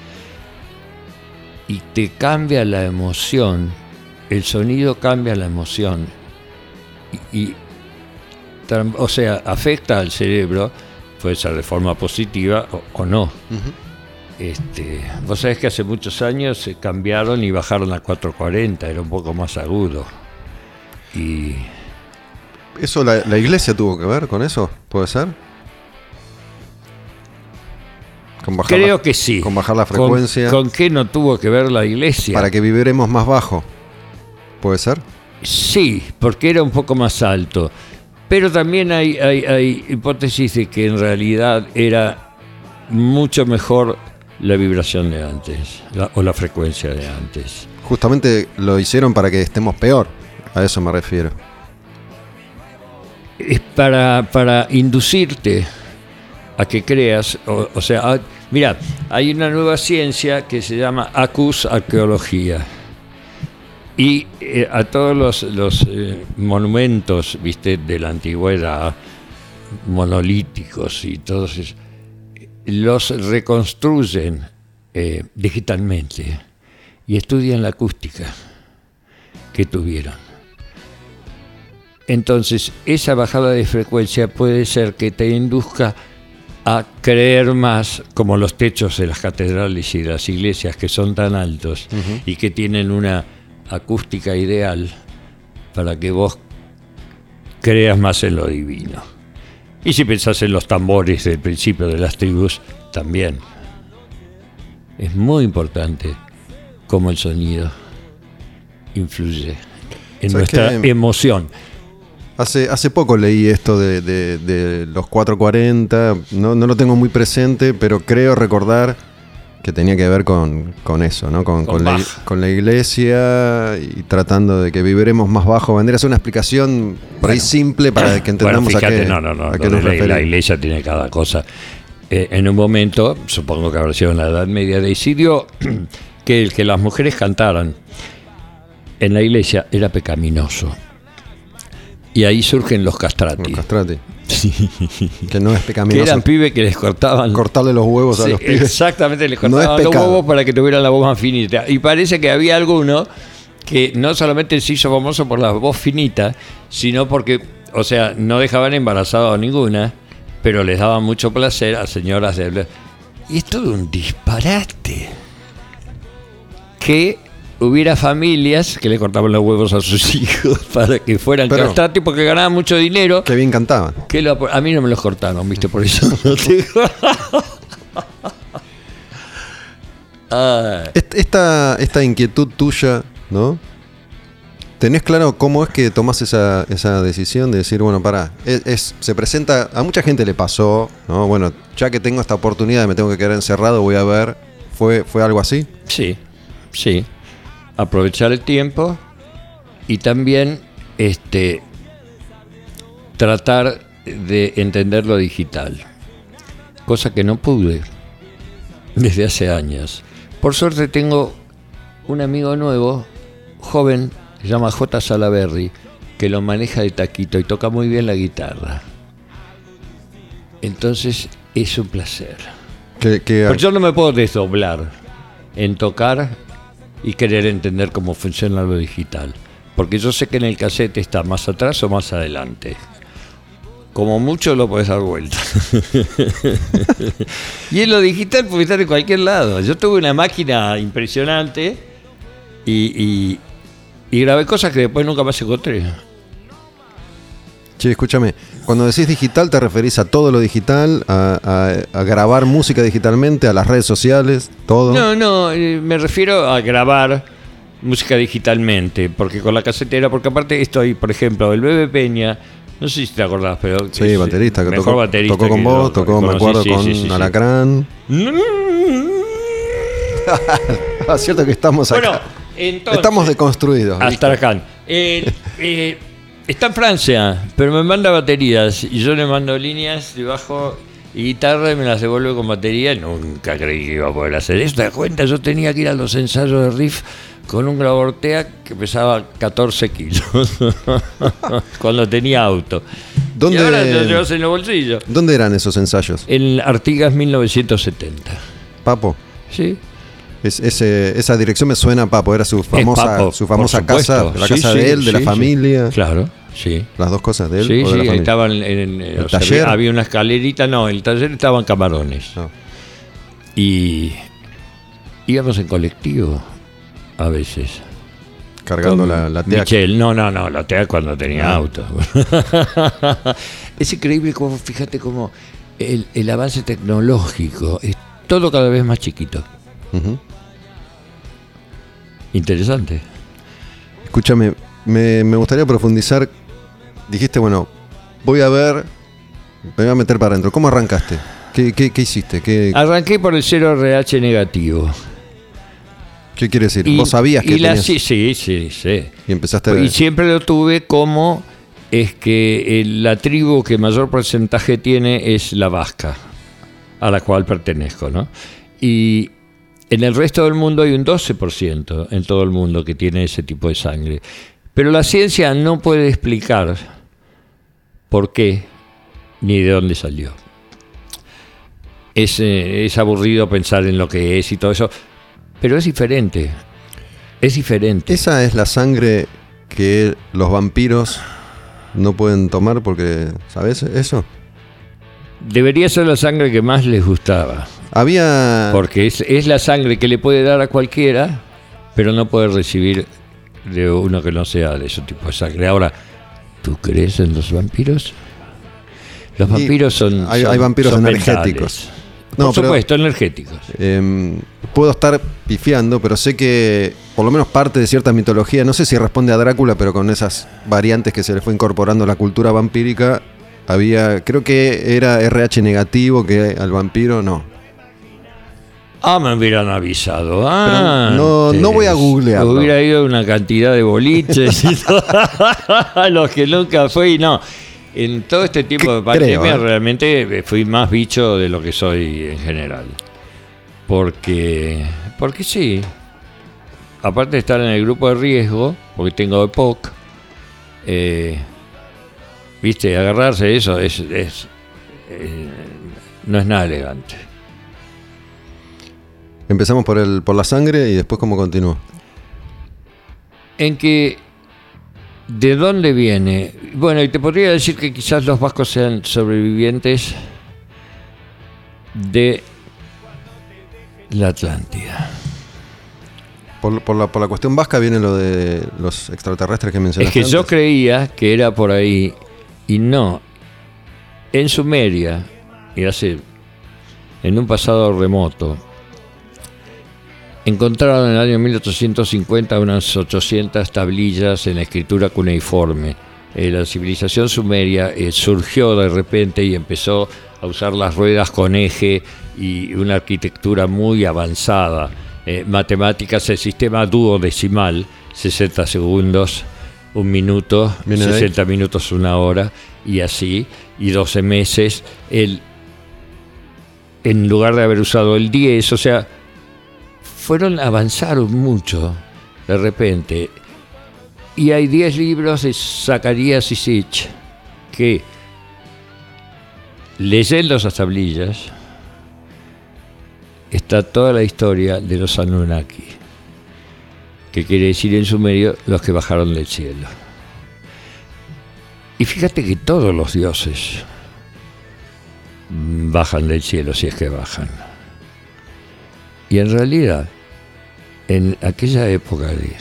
Y te cambia la emoción, el sonido cambia la emoción. Y, y tran- o sea, afecta al cerebro, puede ser de forma positiva o, o no. Ujú. Este, vos sabés que hace muchos años se cambiaron y bajaron a cuatrocientos cuarenta, era un poco más agudo. Y ¿Eso la, la iglesia tuvo que ver con eso? ¿Puede ser? Con bajar creo la- que sí. Con bajar la ¿Con- frecuencia ¿Con, qué no tuvo que ver la iglesia? para que vibremos más bajo. ¿Puede ser? Sí, porque era un poco más alto. Pero también hay, hay, hay hipótesis de que en realidad era mucho mejor la vibración de antes, la- o la frecuencia de antes. Justamente lo hicieron para que estemos peor. A eso me refiero. Es para, para inducirte a que creas, o, o sea, a- mira, hay una nueva ciencia que se llama Acus Arqueología. Y eh, a todos los, los eh, monumentos, viste, de la antigüedad, monolíticos y todos esos, los reconstruyen eh, digitalmente y estudian la acústica que tuvieron. Entonces, esa bajada de frecuencia puede ser que te induzca a creer más, como los techos de las catedrales y de las iglesias, que son tan altos Ujú. y que tienen una acústica ideal para que vos creas más en lo divino. Y si pensás en los tambores del principio de las tribus, también. Es muy importante cómo el sonido influye en ¿Sabes nuestra qué? emoción. Hace, hace poco leí esto de, de- de los cuatrocientos cuarenta, no, no lo tengo muy presente, pero creo recordar que tenía que ver con, con eso, ¿no? Con, Con con la, Bach. con la iglesia y tratando de que viviremos más bajo. Vendría a ser una explicación por ahí simple para que entendamos Bueno, fíjate, a qué, no, no, no, a qué no, nos la, referimos. la iglesia tiene cada cosa. Eh, en un momento, supongo que habrá sido en la Edad Media, decidió que el que las mujeres cantaran en la iglesia era pecaminoso. Y ahí surgen los castrati. Los castrati. Sí. Que no es Que pecaminoso. eran pibes que les cortaban. Cortarle los huevos a Sí, los pibes. exactamente, les No cortaban es los pecado. huevos para que tuvieran la voz más finita. Y parece que había alguno que no solamente se hizo famoso por la voz finita, sino porque, o sea, no dejaban embarazada a ninguna, pero les daban mucho placer a señoras de... Y es todo un disparate. Que hubiera familias que le cortaban los huevos a sus hijos para que fueran Pero- castratis porque ganaban mucho dinero. Que bien cantaban. Que lo- a mí no me los cortaron, ¿viste? Por eso no te- Ay. Est- Esta, esta inquietud tuya, ¿no? ¿Tenés claro cómo es que tomás esa, esa decisión de decir, bueno, pará, es, es- se presenta, a mucha gente le pasó, ¿no? Bueno, ya que tengo esta oportunidad, me tengo que quedar encerrado, voy a ver. ¿Fue, fue algo así? Sí, sí. Aprovechar el tiempo y también este tratar de entender lo digital. Cosa que no pude desde hace años. Por suerte tengo un amigo nuevo, joven, se llama J. Salaberry, que lo maneja de taquito y toca muy bien la guitarra. Entonces es un placer. Que, que- Pero yo no me puedo desdoblar en tocar y querer entender cómo funciona lo digital. Porque yo sé que en el cassette está más atrás o más adelante. Como mucho lo podés dar vuelta. Y en lo digital puede estar en cualquier lado. Yo tuve una máquina impresionante y, y, y grabé cosas que después nunca más encontré. Che, escúchame, cuando decís digital te referís a todo lo digital, a, a- a grabar música digitalmente, a las redes sociales, todo. No, no, eh, me refiero a grabar música digitalmente, porque con la casetera, porque aparte estoy, por ejemplo, el Bebe Peña, no sé si te acordás, pero... Sí, es baterista, que mejor tocó, baterista tocó con que vos, yo tocó, me conocí, acuerdo, sí, con sí, sí, sí. Alacrán. Ah, cierto que estamos acá. Bueno, entonces... Estamos deconstruidos. ¿viste? Astracán. Eh, eh, está en Francia, pero me manda baterías y yo le mando líneas de bajo y guitarra y me las devuelve con batería. Nunca creí que iba a poder hacer eso. ¿Te das cuenta? Yo tenía que ir a los ensayos de riff con un Gravortea que pesaba catorce kilos cuando tenía auto. ¿Dónde- Y ahora lo llevas en el bolsillo. ¿Dónde eran esos ensayos? En Artigas mil novecientos setenta. Papo. ¿Sí? Es, ese, esa dirección me suena a Papo, era su famosa, Papo, su famosa por supuesto. casa, la Sí, casa sí, de él, de la sí, familia. sí. Claro, sí. Las dos cosas de él Sí, o de sí, la familia. estaban en, en- ¿El o sea, taller? había, había una escalerita, no, el taller estaban Camarones. No. Y íbamos en colectivo a veces. Cargando Con la, la tea. Michelle, no, no, no, la tea cuando tenía Ah. auto. Es increíble cómo, fíjate cómo el, el avance tecnológico es todo cada vez más chiquito. Ujú. Interesante. Escúchame, me, me gustaría profundizar. Dijiste, bueno, voy a ver, me voy a meter para adentro. ¿Cómo arrancaste? ¿Qué, qué, qué hiciste? ¿Qué, Arranqué por el cero R H negativo. qué quiere decir? Y- ¿Vos sabías que y la- tenías? sí, sí, sí, sí. Y empezaste a Y siempre lo tuve como es que el- la tribu que mayor porcentaje tiene es la vasca, a la cual pertenezco, ¿no? Y en el resto del mundo hay un doce por ciento en todo el mundo que tiene ese tipo de sangre. Pero la ciencia no puede explicar por qué ni de dónde salió. Es, eh, es aburrido pensar en lo que es y todo eso, pero es diferente. Es diferente. Esa es la sangre que los vampiros no pueden tomar porque, ¿sabes eso? Debería ser la sangre que más les gustaba. Había... Porque es, es la sangre que le puede dar a cualquiera, pero no puede recibir de uno que no sea de ese tipo de sangre. Ahora, ¿tú crees en los vampiros? Los Y vampiros son. hay- son- hay vampiros son energéticos. mentales. No, Por pero- supuesto, energéticos. Eh, puedo estar pifiando, pero sé que por lo menos parte de cierta mitología, no sé si responde a Drácula, pero con esas variantes que se le fue incorporando a la cultura vampírica, había, creo que era R H negativo, que al vampiro no. Ah, me hubieran avisado. Pero no- antes. no voy a googlearlo. Hubiera ido a una cantidad de boliches y todo, a los que nunca fui. No, en todo este tiempo de Creo, pandemia ¿eh? realmente fui más bicho de lo que soy en general. Porque, porque sí. Aparte de estar en el grupo de riesgo, porque tengo E P O C, eh, viste, agarrarse de eso es, es eh, no es nada elegante. Empezamos por el por la sangre y después cómo continúa. En que ¿de dónde viene? Bueno, y te podría decir que quizás los vascos sean sobrevivientes de la Atlántida. Por, por, la, por la cuestión vasca viene lo de los extraterrestres que mencionaste. Es que antes. yo creía que era por ahí y no. En Sumeria, y hace en un pasado remoto, encontraron en el año mil ochocientos cincuenta unas ochocientas tablillas en escritura cuneiforme. Eh, la civilización sumeria eh, surgió de repente y empezó a usar las ruedas con eje y una arquitectura muy avanzada. Eh, matemáticas, el sistema duodecimal, sesenta segundos, un minuto, sesenta minutos, una hora, y así, y doce meses. El, en lugar de haber usado el diez, o sea, fueron, avanzaron mucho de repente. Y hay diez libros de Zacarías Sisich que, leyendo esas tablillas, está toda la historia de los Anunnaki, que quiere decir en sumerio los que bajaron del cielo. Y fíjate que todos los dioses bajan del cielo, si es que bajan. Y en realidad, en aquella época de,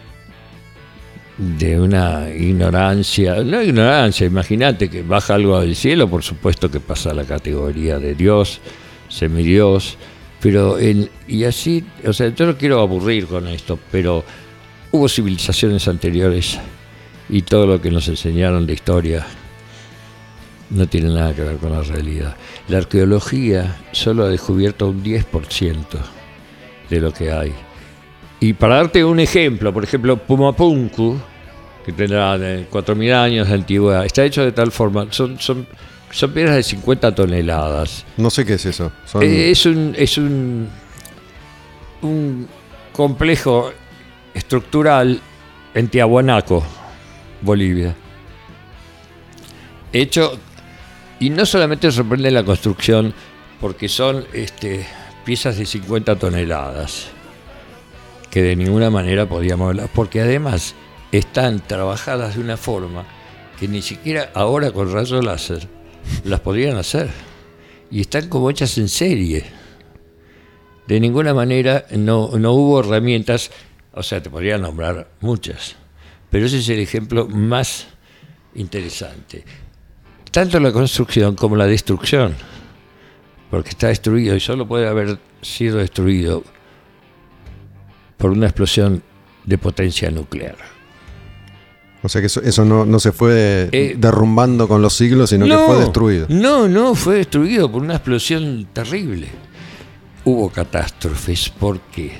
de una ignorancia, no ignorancia, imagínate que baja algo del cielo, por supuesto que pasa a la categoría de Dios, semidios, pero en, y así, o sea, yo no quiero aburrir con esto, pero hubo civilizaciones anteriores y todo lo que nos enseñaron de historia no tiene nada que ver con la realidad. La arqueología solo ha descubierto un diez por ciento de lo que hay. Y para darte un ejemplo, por ejemplo, Pumapunku, que tendrá cuatro mil años de antigüedad, está hecho de tal forma, son, son, son piedras de cincuenta toneladas. No sé qué es eso. Son... Eh, es un, es un, un complejo estructural en Tiahuanaco, Bolivia. Hecho, y no solamente sorprende la construcción, porque son este, piezas de cincuenta toneladas, que de ninguna manera podíamos hablar, porque además están trabajadas de una forma que ni siquiera ahora con rayos láser las podrían hacer, y están como hechas en serie. De ninguna manera no, no hubo herramientas, o sea, te podría nombrar muchas, pero ese es el ejemplo más interesante. Tanto la construcción como la destrucción, porque está destruido y solo puede haber sido destruido por una explosión de potencia nuclear. O sea que eso, eso no, no se fue eh, derrumbando con los siglos, sino no, que fue destruido. No, no, fue destruido por una explosión terrible. Hubo catástrofes, ¿por qué?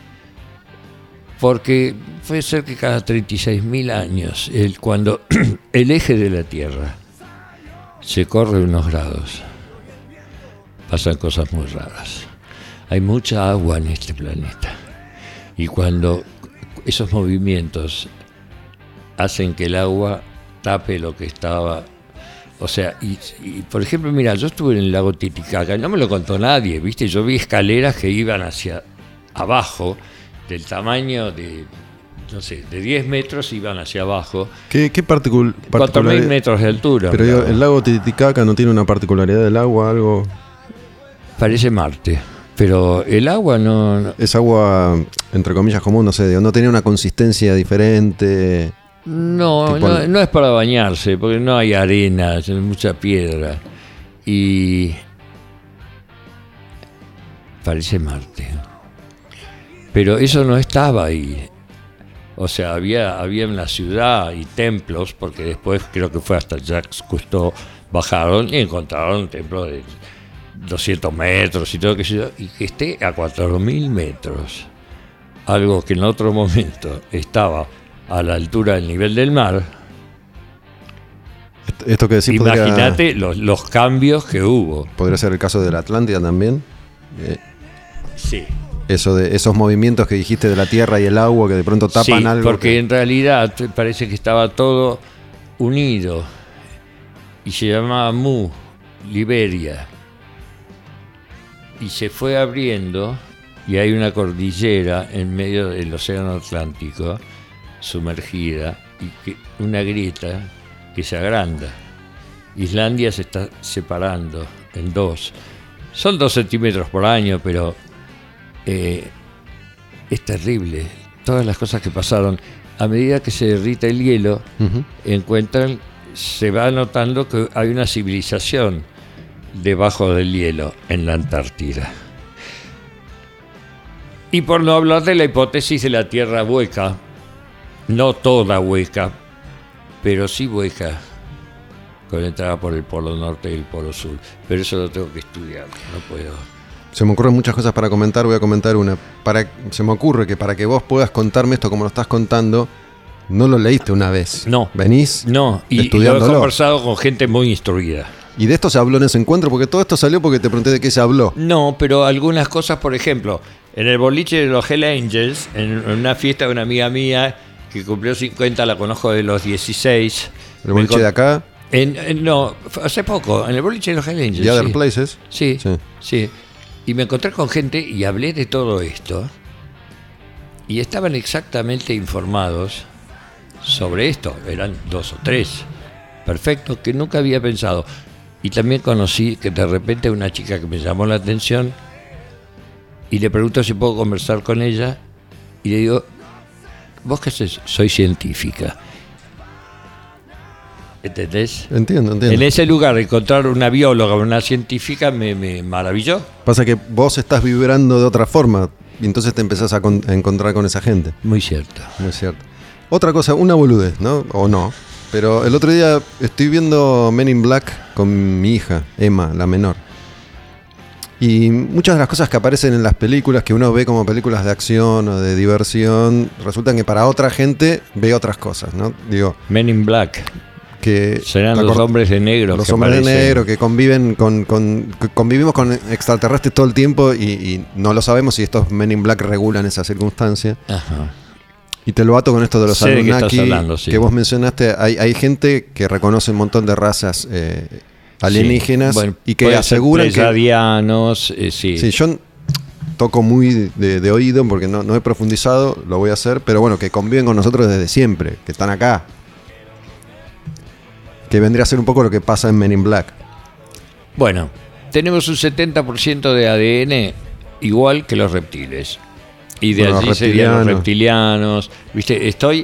Porque puede ser que cada treinta y seis mil años, el, cuando el eje de la Tierra se corre unos grados, pasan cosas muy raras. Hay mucha agua en este planeta. Y cuando esos movimientos hacen que el agua tape lo que estaba, o sea, y, y por ejemplo, mira, yo estuve en el lago Titicaca, no me lo contó nadie, ¿viste? Yo vi escaleras que iban hacia abajo, del tamaño de, no sé, de diez metros iban hacia abajo. ¿Qué, qué particul- cuatro mil metros de altura. Pero digo, el lago Titicaca no tiene una particularidad del agua, algo... Parece Marte. Pero el agua no, no... Es agua, entre comillas, común, no sé, digo, no tenía una consistencia diferente. No, no, el... no es para bañarse, porque no hay arena, hay mucha piedra. Y... parece Marte. Pero eso no estaba ahí. O sea, había, había una ciudad y templos, porque después creo que fue hasta Jacques Cousteau, bajaron y encontraron un templo de doscientos metros y todo, que y que esté a cuatro mil metros, algo que en otro momento estaba a la altura del nivel del mar. Esto que decís, imagínate podría, los, los cambios que hubo. Podría ser el caso de la Atlántida también. Eh, sí. Eso de esos movimientos que dijiste de la tierra y el agua que de pronto tapan sí, algo. Porque que... en realidad parece que estaba todo unido y se llamaba Mu, Liberia. Y se fue abriendo y hay una cordillera en medio del océano Atlántico sumergida y que, una grieta que se agranda. Islandia se está separando en dos. Son dos centímetros por año, pero eh, es terrible. Todas las cosas que pasaron. A medida que se derrita el hielo, uh-huh. encuentran, se va notando que hay una civilización debajo del hielo en la Antártida. Y por no hablar de la hipótesis de la Tierra hueca, no toda hueca, pero sí hueca, conectada por el polo norte y el polo sur. Pero eso lo tengo que estudiar, no puedo. Se me ocurren muchas cosas para comentar, voy a comentar una. Para, se me ocurre que para que vos puedas contarme esto como lo estás contando, no lo leíste una vez. No. Venís no, y, y lo he conversado con gente muy instruida. ¿Y de esto se habló en ese encuentro? Porque todo esto salió porque te pregunté de qué se habló. No, pero algunas cosas, por ejemplo, en el boliche de los Hell Angels, en una fiesta de una amiga mía que cumplió cincuenta, la conozco de los dieciséis. ¿El boliche con... de acá? En, en, no, hace poco, en el boliche de los Hell Angels. ¿The Other sí. Places? Sí, sí, sí. Y me encontré con gente y hablé de todo esto. Y estaban exactamente informados sobre esto. Eran dos o tres. Perfecto, que nunca había pensado. Y también conocí que de repente una chica que me llamó la atención y le pregunto si puedo conversar con ella y le digo, ¿vos qué haces? Soy científica. ¿Entendés? Entiendo, entiendo. En ese lugar encontrar una bióloga o una científica me, me maravilló. Pasa que vos estás vibrando de otra forma y entonces te empezás a, con, a encontrar con esa gente. Muy cierto. Muy cierto. Otra cosa, una boludez, ¿no? O no. Pero el otro día estoy viendo Men in Black con mi hija, Emma, la menor. Y muchas de las cosas que aparecen en las películas, que uno ve como películas de acción o de diversión, resultan que para otra gente ve otras cosas, ¿no? Digo, Men in Black. Que serán los hombres de negro. Los hombres aparecen. de negro que conviven con, con que convivimos con extraterrestres todo el tiempo y, y no lo sabemos si estos Men in Black regulan esa circunstancia. Ajá. Y te lo ato con esto de los sé Anunnaki que, hablando, sí. que vos mencionaste. Hay, hay gente que reconoce un montón de razas eh, alienígenas sí. bueno, y que aseguran que... Eh, sí. sí, yo toco muy de, de oído porque no, no he profundizado, lo voy a hacer, pero bueno, que conviven con nosotros desde siempre, que están acá. Que vendría a ser un poco lo que pasa en Men in Black. Bueno, tenemos un setenta por ciento de A D N igual que los reptiles. Y de bueno, allí serían los reptilianos. Viste, estoy...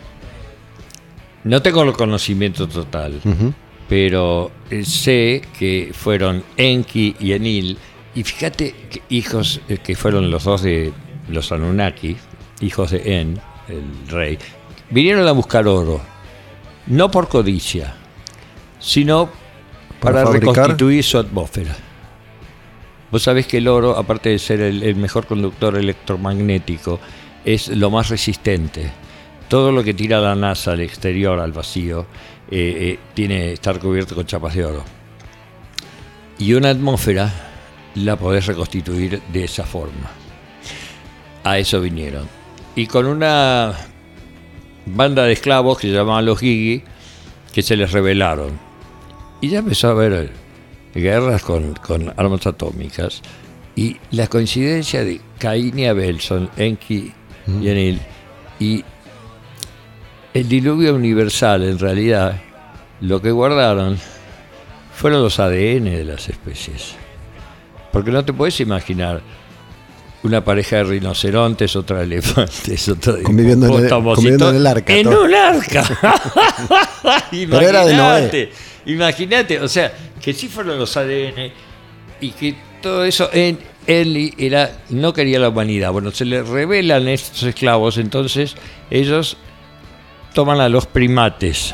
No tengo el conocimiento total, uh-huh. pero sé que fueron Enki y Enlil. Y fíjate que hijos, que fueron los dos de los Anunnaki, hijos de En, el rey, vinieron a buscar oro. No por codicia, sino para, para reconstituir su atmósfera. Vos sabés que el oro, aparte de ser el, el mejor conductor electromagnético, es lo más resistente. Todo lo que tira la NASA al exterior, al vacío, eh, eh, tiene que estar cubierto con chapas de oro. Y una atmósfera la podés reconstituir de esa forma. A eso vinieron. Y con una banda de esclavos que se llamaban los Gigi, que se les rebelaron. Y ya empezó a haber guerras con, con armas atómicas. Y la coincidencia de Caín y Abel son Enki mm. y Enlil. Y el diluvio universal, en realidad, lo que guardaron fueron los A D N de las especies. Porque no te puedes imaginar una pareja de rinocerontes, otra de elefantes, otra de conviviendo, en el, conviviendo en el arca. En todo. un arca. Imagínate, imagínate, o sea, que sí fueron los A D N y que todo eso en él era, no quería la humanidad. Bueno, se le revelan estos esclavos, entonces ellos toman a los primates,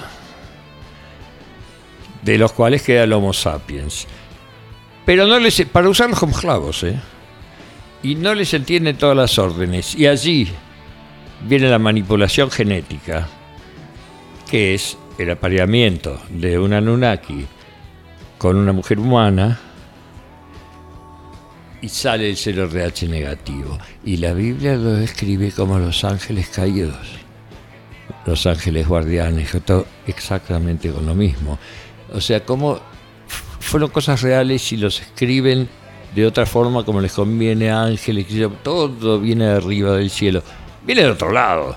de los cuales queda el Homo sapiens. Pero no les, para usarlos como esclavos, ¿eh? Y no les entienden todas las órdenes. Y allí viene la manipulación genética, que es el apareamiento de un Anunnaki con una mujer humana, y sale el cero R H negativo. Y la Biblia lo describe como los ángeles caídos, los ángeles guardianes, todo exactamente con lo mismo. O sea, cómo fueron cosas reales y los escriben de otra forma como les conviene a ángeles. Todo viene de arriba del cielo. Viene de otro lado.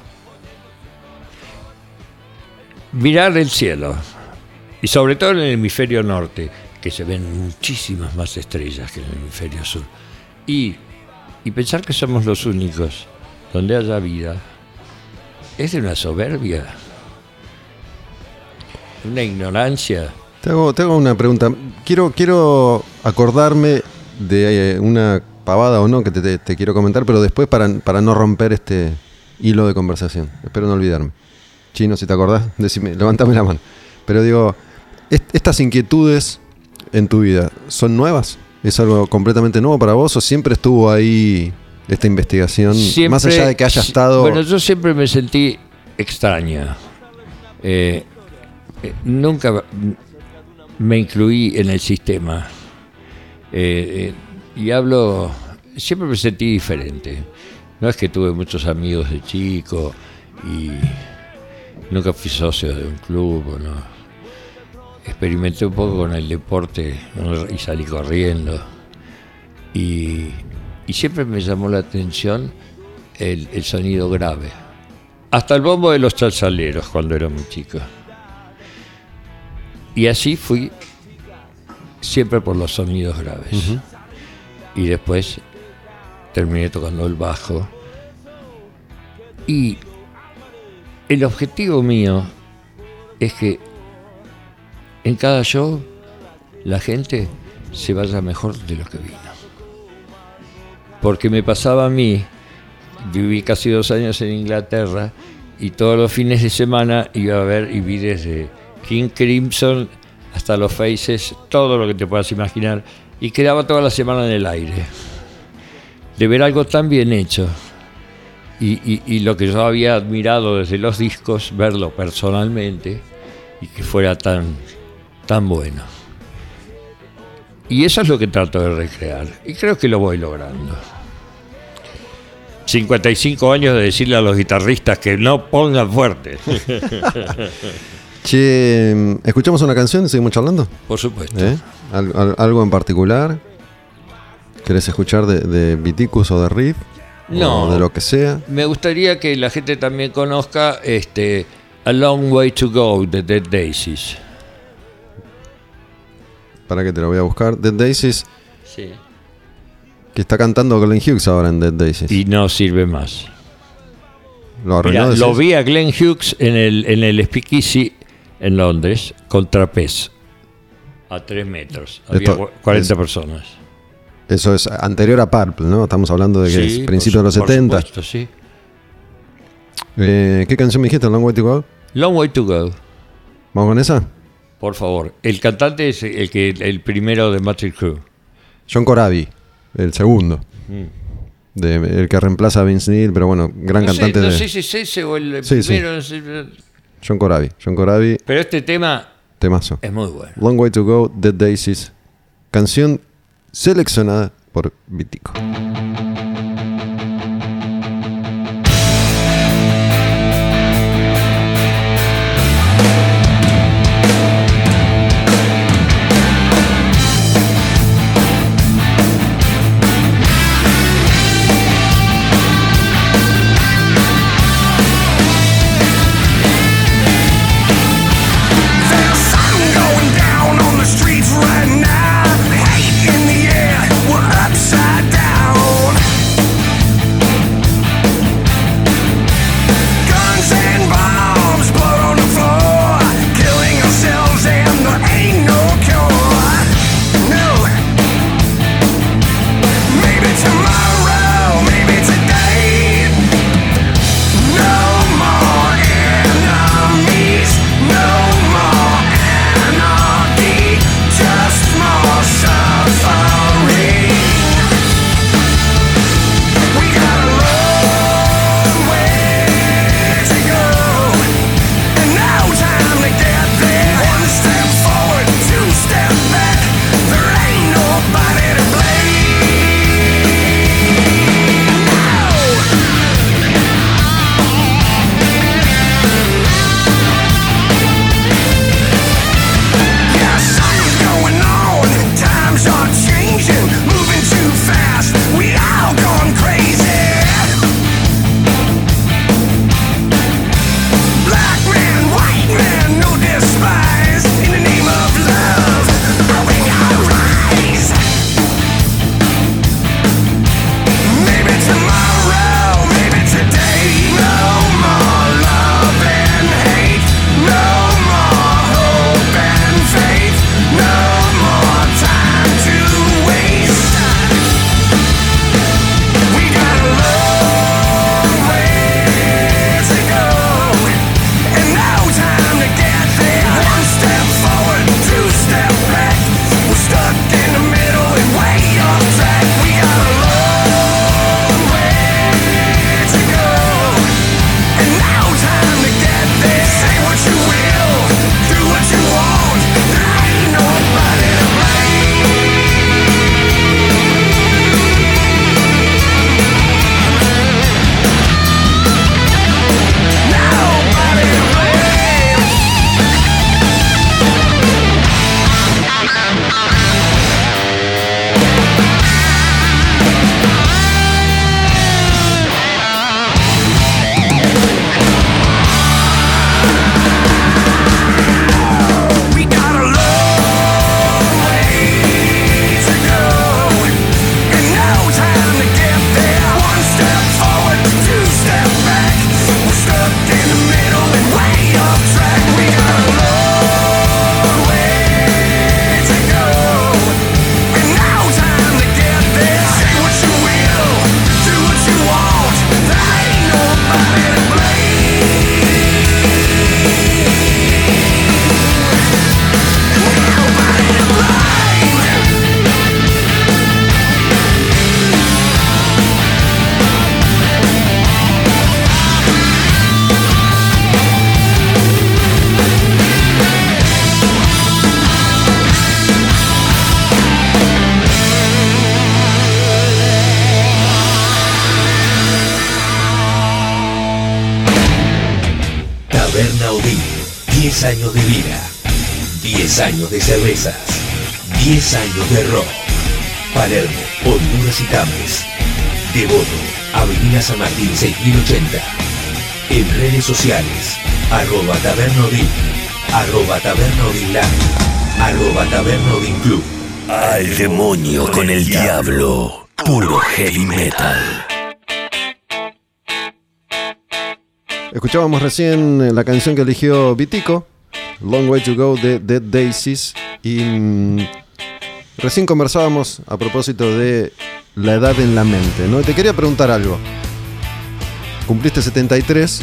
Mirar el cielo. Y sobre todo en el hemisferio norte, que se ven muchísimas más estrellas que en el hemisferio sur. Y, y pensar que somos los únicos donde haya vida es de una soberbia, una ignorancia. Te hago, te hago una pregunta. Quiero, quiero acordarme de eh, una pavada o no que te, te, te quiero comentar, pero después para, para no romper este hilo de conversación. Espero no olvidarme. Chino, si te acordás, decime, levántame la mano. Pero digo, est- estas inquietudes en tu vida, ¿son nuevas? ¿Es algo completamente nuevo para vos o siempre estuvo ahí esta investigación? Siempre, más allá de que haya estado... Bueno, yo siempre me sentí extraña. Eh, eh, nunca me incluí en el sistema. Eh, eh, y hablo... Siempre me sentí diferente. No es que tuve muchos amigos de chico y nunca fui socio de un club, ¿no? Experimenté un poco con el deporte y salí corriendo. Y, y siempre me llamó la atención el, el sonido grave. Hasta el bombo de los chalchaleros cuando era muy chico. Y así fui siempre por los sonidos graves. Uh-huh. Y después terminé tocando el bajo. Y el objetivo mío es que en cada show la gente se vaya mejor de lo que vino. Porque me pasaba a mí, viví casi dos años en Inglaterra y todos los fines de semana iba a ver y vi desde King Crimson hasta los Faces, todo lo que te puedas imaginar, y quedaba toda la semana en el aire. De ver algo tan bien hecho y, y, y lo que yo había admirado desde los discos, verlo personalmente y que fuera tan... tan bueno. Y eso es lo que trato de recrear. Y creo que lo voy logrando. cincuenta y cinco años de decirle a los guitarristas que no pongan fuerte. Che, ¿escuchamos una canción y seguimos charlando? Por supuesto. ¿Eh? ¿Al, al, ¿Algo en particular? ¿Querés escuchar de, de Viticus o de Riff? No. O de lo que sea. Me gustaría que la gente también conozca este, A Long Way to Go de Dead Daisies. Para que te lo voy a buscar. Dead Daisies. Sí. Que está cantando Glenn Hughes ahora en Dead Daisies. Y no sirve más. Lo arruinó. Mirá, lo vi a Glenn Hughes en el, en el Speakeasy en Londres, con trapez. A tres metros. Había Esto cuarenta es, personas. Eso es anterior a Purple, ¿no? Estamos hablando de que sí, es principios de los por setenta. Supuesto, sí. Eh, ¿Qué canción me dijiste? ¿Long Way to Go? Long Way to Go. ¿Vamos con esa? Por favor. El cantante es el que el primero de Mötley Crüe. John Corabi, el segundo. Mm. De, el que reemplaza a Vince Neil, pero bueno, gran no cantante sé, no de... sé si es ese o el Sí, primero. sí. No sé. John Corabi. John Corabi, Pero este tema temazo. es muy bueno. Long Way to Go, Dead Daisies. Canción seleccionada por Vitico. Right now, hate in the air, we're upside down. diez años de vida, diez años de cervezas, diez años de rock. Palermo, Honduras y Tames. Devoto, Avenida San Martín seis mil ochenta. En redes sociales, arroba tabernodin, arroba tabernodinland, arroba tabernodinclub. Al demonio con el diablo, puro heavy metal. Escuchábamos recién la canción que eligió Vitico, Long Way to Go de Dead Daisies, y mm, recién conversábamos a propósito de la edad en la mente, ¿no? Y te quería preguntar algo. Cumpliste setenta y tres,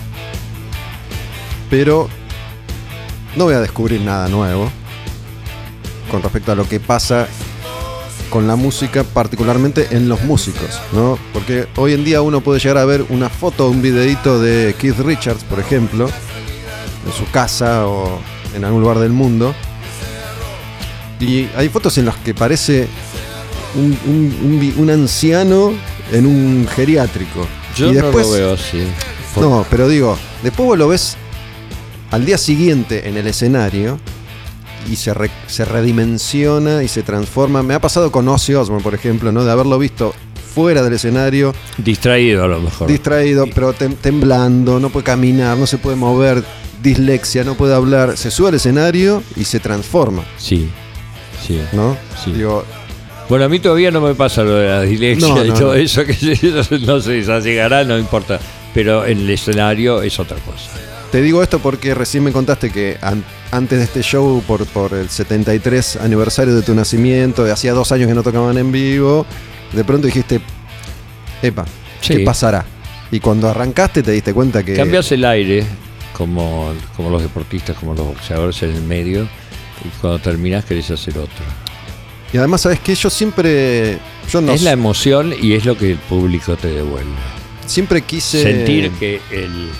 pero no voy a descubrir nada nuevo con respecto a lo que pasa con la música, particularmente en los músicos, ¿no? Porque hoy en día uno puede llegar a ver una foto o un videíto de Keith Richards, por ejemplo, en su casa o en algún lugar del mundo, y hay fotos en las que parece un, un, un, un anciano en un geriátrico. Yo y después, no lo veo así. Por... No, pero digo, después vos lo ves al día siguiente en el escenario y se, re, se redimensiona y se transforma. Me ha pasado con Ozzy Osbourne, por ejemplo, ¿no? De haberlo visto fuera del escenario. Distraído a lo mejor. Distraído, y... pero tem, temblando, no puede caminar, no se puede mover, dislexia, no puede hablar. Se sube al escenario y se transforma. Sí, sí. ¿No? Sí. Digo, bueno, a mí todavía no me pasa lo de la dislexia no, y no, todo no. eso, que no sé, ya llegará, no importa. Pero en el escenario es otra cosa. Te digo esto porque recién me contaste que an- antes de este show, por, por el setenta y tres aniversario de tu nacimiento, de hacía dos años que no tocaban en vivo, de pronto dijiste, epa, sí. ¿qué pasará? Y cuando arrancaste te diste cuenta que... Cambias el aire, como, como los deportistas, como los boxeadores en el medio, y cuando terminás querés hacer otro. Y además, ¿sabes qué? Yo siempre... Yo no es la emoción y es lo que el público te devuelve. Siempre quise... Sentir que el...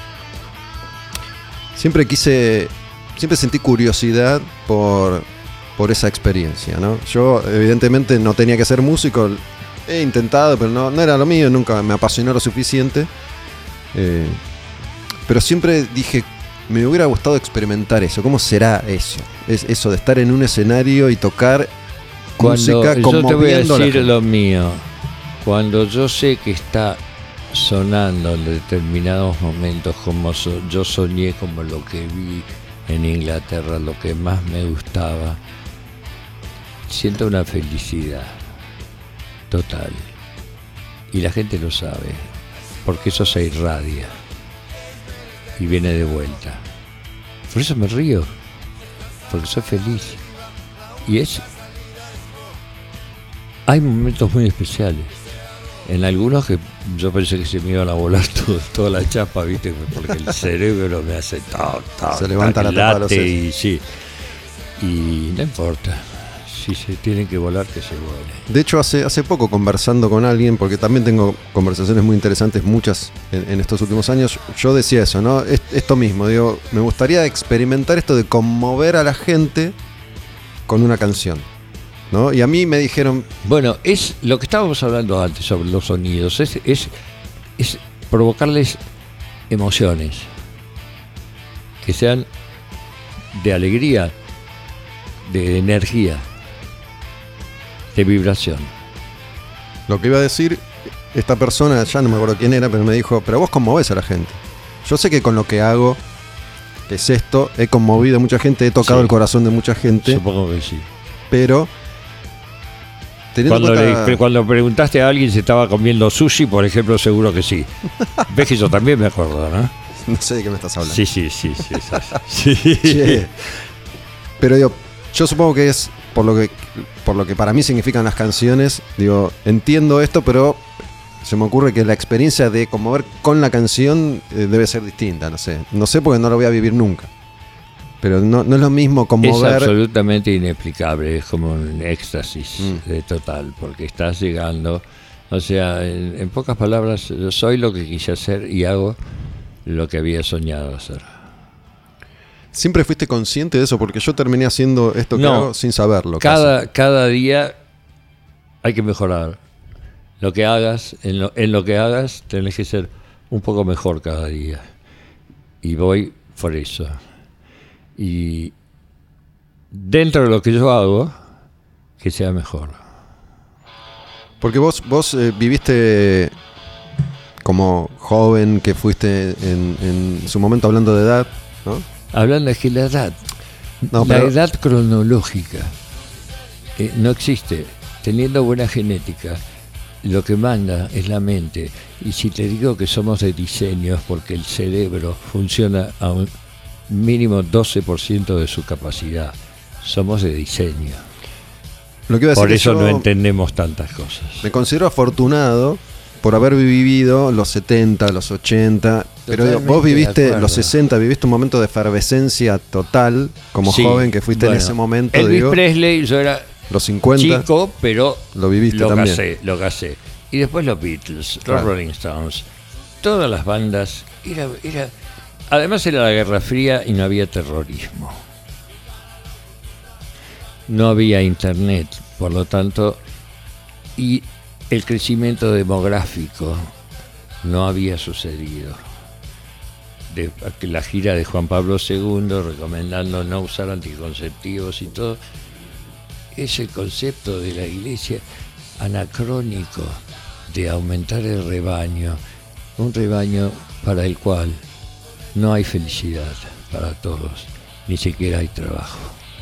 Siempre quise... Siempre sentí curiosidad por, por esa experiencia, ¿no? Yo, evidentemente, no tenía que ser músico. He intentado, pero no, no era lo mío. Nunca me apasionó lo suficiente. Eh, pero siempre dije... Me hubiera gustado experimentar eso. ¿Cómo será eso? Es eso de estar en un escenario y tocar... Cuando música, yo te voy a decir lo mío, cuando yo sé que está sonando en determinados momentos como so, yo soñé, como lo que vi en Inglaterra, lo que más me gustaba, siento una felicidad total. Y la gente lo sabe, porque eso se irradia y viene de vuelta. Por eso me río, porque soy feliz. Y es... Hay momentos muy especiales. En algunos que yo pensé que se me iban a volar todo, toda la chapa, ¿viste? Porque el cerebro me hace ta, ta, se levanta ta, la tapa de los y sí. Y no importa. Si se tienen que volar, que se vuelen. De hecho, hace, hace poco conversando con alguien, porque también tengo conversaciones muy interesantes, muchas en, en estos últimos años, yo decía eso, ¿no? Es, esto mismo, digo, me gustaría experimentar esto de conmover a la gente con una canción, ¿no? Y a mí me dijeron... Bueno, es lo que estábamos hablando antes sobre los sonidos, es, es, es provocarles emociones que sean de alegría, de energía, de vibración. Lo que iba a decir, esta persona, ya no me acuerdo quién era, pero me dijo, pero vos conmovés a la gente. Yo sé que con lo que hago, que es esto, he conmovido a mucha gente, he tocado sí. el corazón de mucha gente. Supongo que sí. Pero... Cuando, cuenta... le, cuando preguntaste a alguien si estaba comiendo sushi, por ejemplo, seguro que sí. Ves que yo también me acuerdo, ¿no? No sé de qué me estás hablando. Sí, sí, sí, sí. sí. sí. Che. Pero digo, yo supongo que es por lo que, por lo que para mí significan las canciones. Digo, entiendo esto, pero se me ocurre que la experiencia de conmover con la canción eh, debe ser distinta, no sé. No sé porque no lo voy a vivir nunca. Pero no, no es lo mismo conmover... Es absolutamente inexplicable, es como un éxtasis mm. de total, porque estás llegando... O sea, en, en pocas palabras, yo soy lo que quise hacer y hago lo que había soñado hacer. ¿Siempre fuiste consciente de eso? Porque yo terminé haciendo esto que no, hago sin saberlo. Cada, cada día hay que mejorar. Lo que hagas, en lo, en lo que hagas, tenés que ser un poco mejor cada día. Y voy por eso. y dentro de lo que yo hago, que sea mejor. Porque vos, vos eh, viviste como joven que fuiste en, en su momento hablando de edad, ¿no? Hablando de que la edad, No, la pero- edad cronológica eh, no existe. Teniendo buena genética, lo que manda es la mente. Y si te digo que somos de diseños, porque el cerebro funciona a un mínimo doce por ciento de su capacidad, somos de diseño. Lo que iba a decir Por es eso yo no entendemos tantas cosas. me considero afortunado por haber vivido los setenta, los ochenta, pero digo, Totalmente vos de viviste acuerdo. los sesenta, viviste un momento de efervescencia total como Sí, joven que fuiste bueno, en ese momento, Elvis digo, Presley, yo era los cincuenta. chico, pero Lo viviste lo también. casé, lo casé. Y después los Beatles, los Claro. Rolling Stones, todas las bandas. Era, era, además era la Guerra Fría y no había terrorismo. No había internet, por lo tanto, y el crecimiento demográfico no había sucedido. De, la gira de Juan Pablo segundo recomendando no usar anticonceptivos y todo, ese concepto de la iglesia anacrónico de aumentar el rebaño, un rebaño para el cual no hay felicidad para todos, ni siquiera hay trabajo.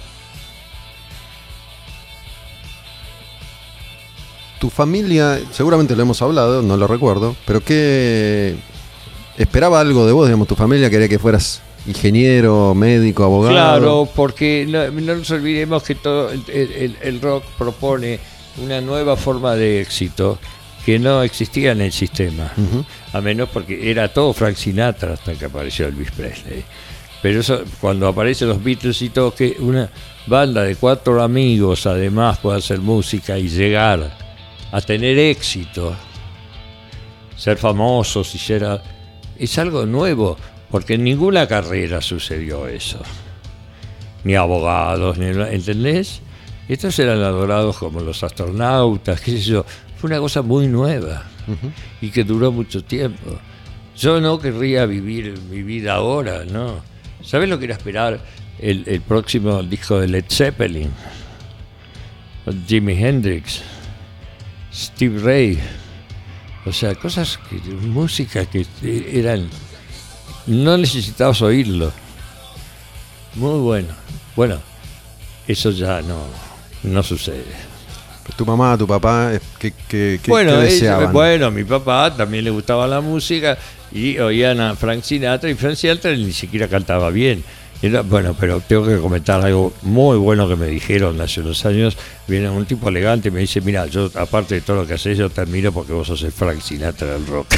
Tu familia, seguramente lo hemos hablado, no lo recuerdo, pero ¿qué esperaba algo de vos, digamos, tu familia quería que fueras ingeniero, médico, abogado? Claro, porque no, no nos olvidemos que todo el, el- el rock propone una nueva forma de éxito que no existía en el sistema, Ujú. a menos porque era todo Frank Sinatra hasta que apareció Elvis Presley. Pero eso, cuando aparecen los Beatles y todo, que una banda de cuatro amigos además pueda hacer música y llegar a tener éxito, ser famosos y ser a- es algo nuevo, porque en ninguna carrera sucedió eso, ni abogados, ni ¿entendés? Estos eran adorados como los astronautas, qué sé yo. Fue una cosa muy nueva y que duró mucho tiempo. Yo no querría vivir mi vida ahora, ¿no? ¿Sabes lo que era esperar el, el próximo disco de Led Zeppelin? Jimi Hendrix, Steve Ray, o sea, cosas que, música que eran, no necesitabas oírlo. Muy bueno. Bueno, eso ya no, no sucede. Tu mamá, tu papá, eh, ¿qué, qué, qué- Bueno, qué ella- deseaban? bueno, a mi papá también le gustaba la música y oían a Frank Sinatra, y Frank Sinatra ni siquiera cantaba bien. Era, bueno, pero tengo que comentar algo muy bueno que me dijeron hace unos años. Viene un tipo elegante y me dice, mira, yo aparte de todo lo que haces, yo te admiro porque vos sos el Frank Sinatra del rock.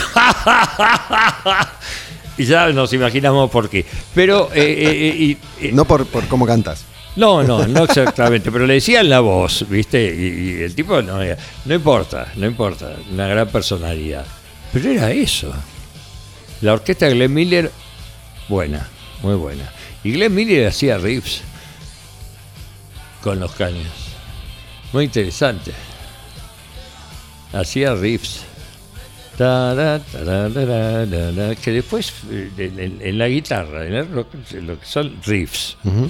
Y ya nos imaginamos por qué. Pero, eh, eh, eh, y- No por, por cómo cantas. no, no, no exactamente, pero le decían la voz, ¿viste? Y, y el tipo no, era- no importa, no importa, una gran personalidad. Pero era eso. La orquesta de Glenn Miller, buena, muy buena. Y Glenn Miller hacía riffs con los caños. Muy interesante. Hacía riffs. Tara, tara, tara, tara, que después eh, en, en- en la guitarra, en el rock, lo que son riffs. Ujú.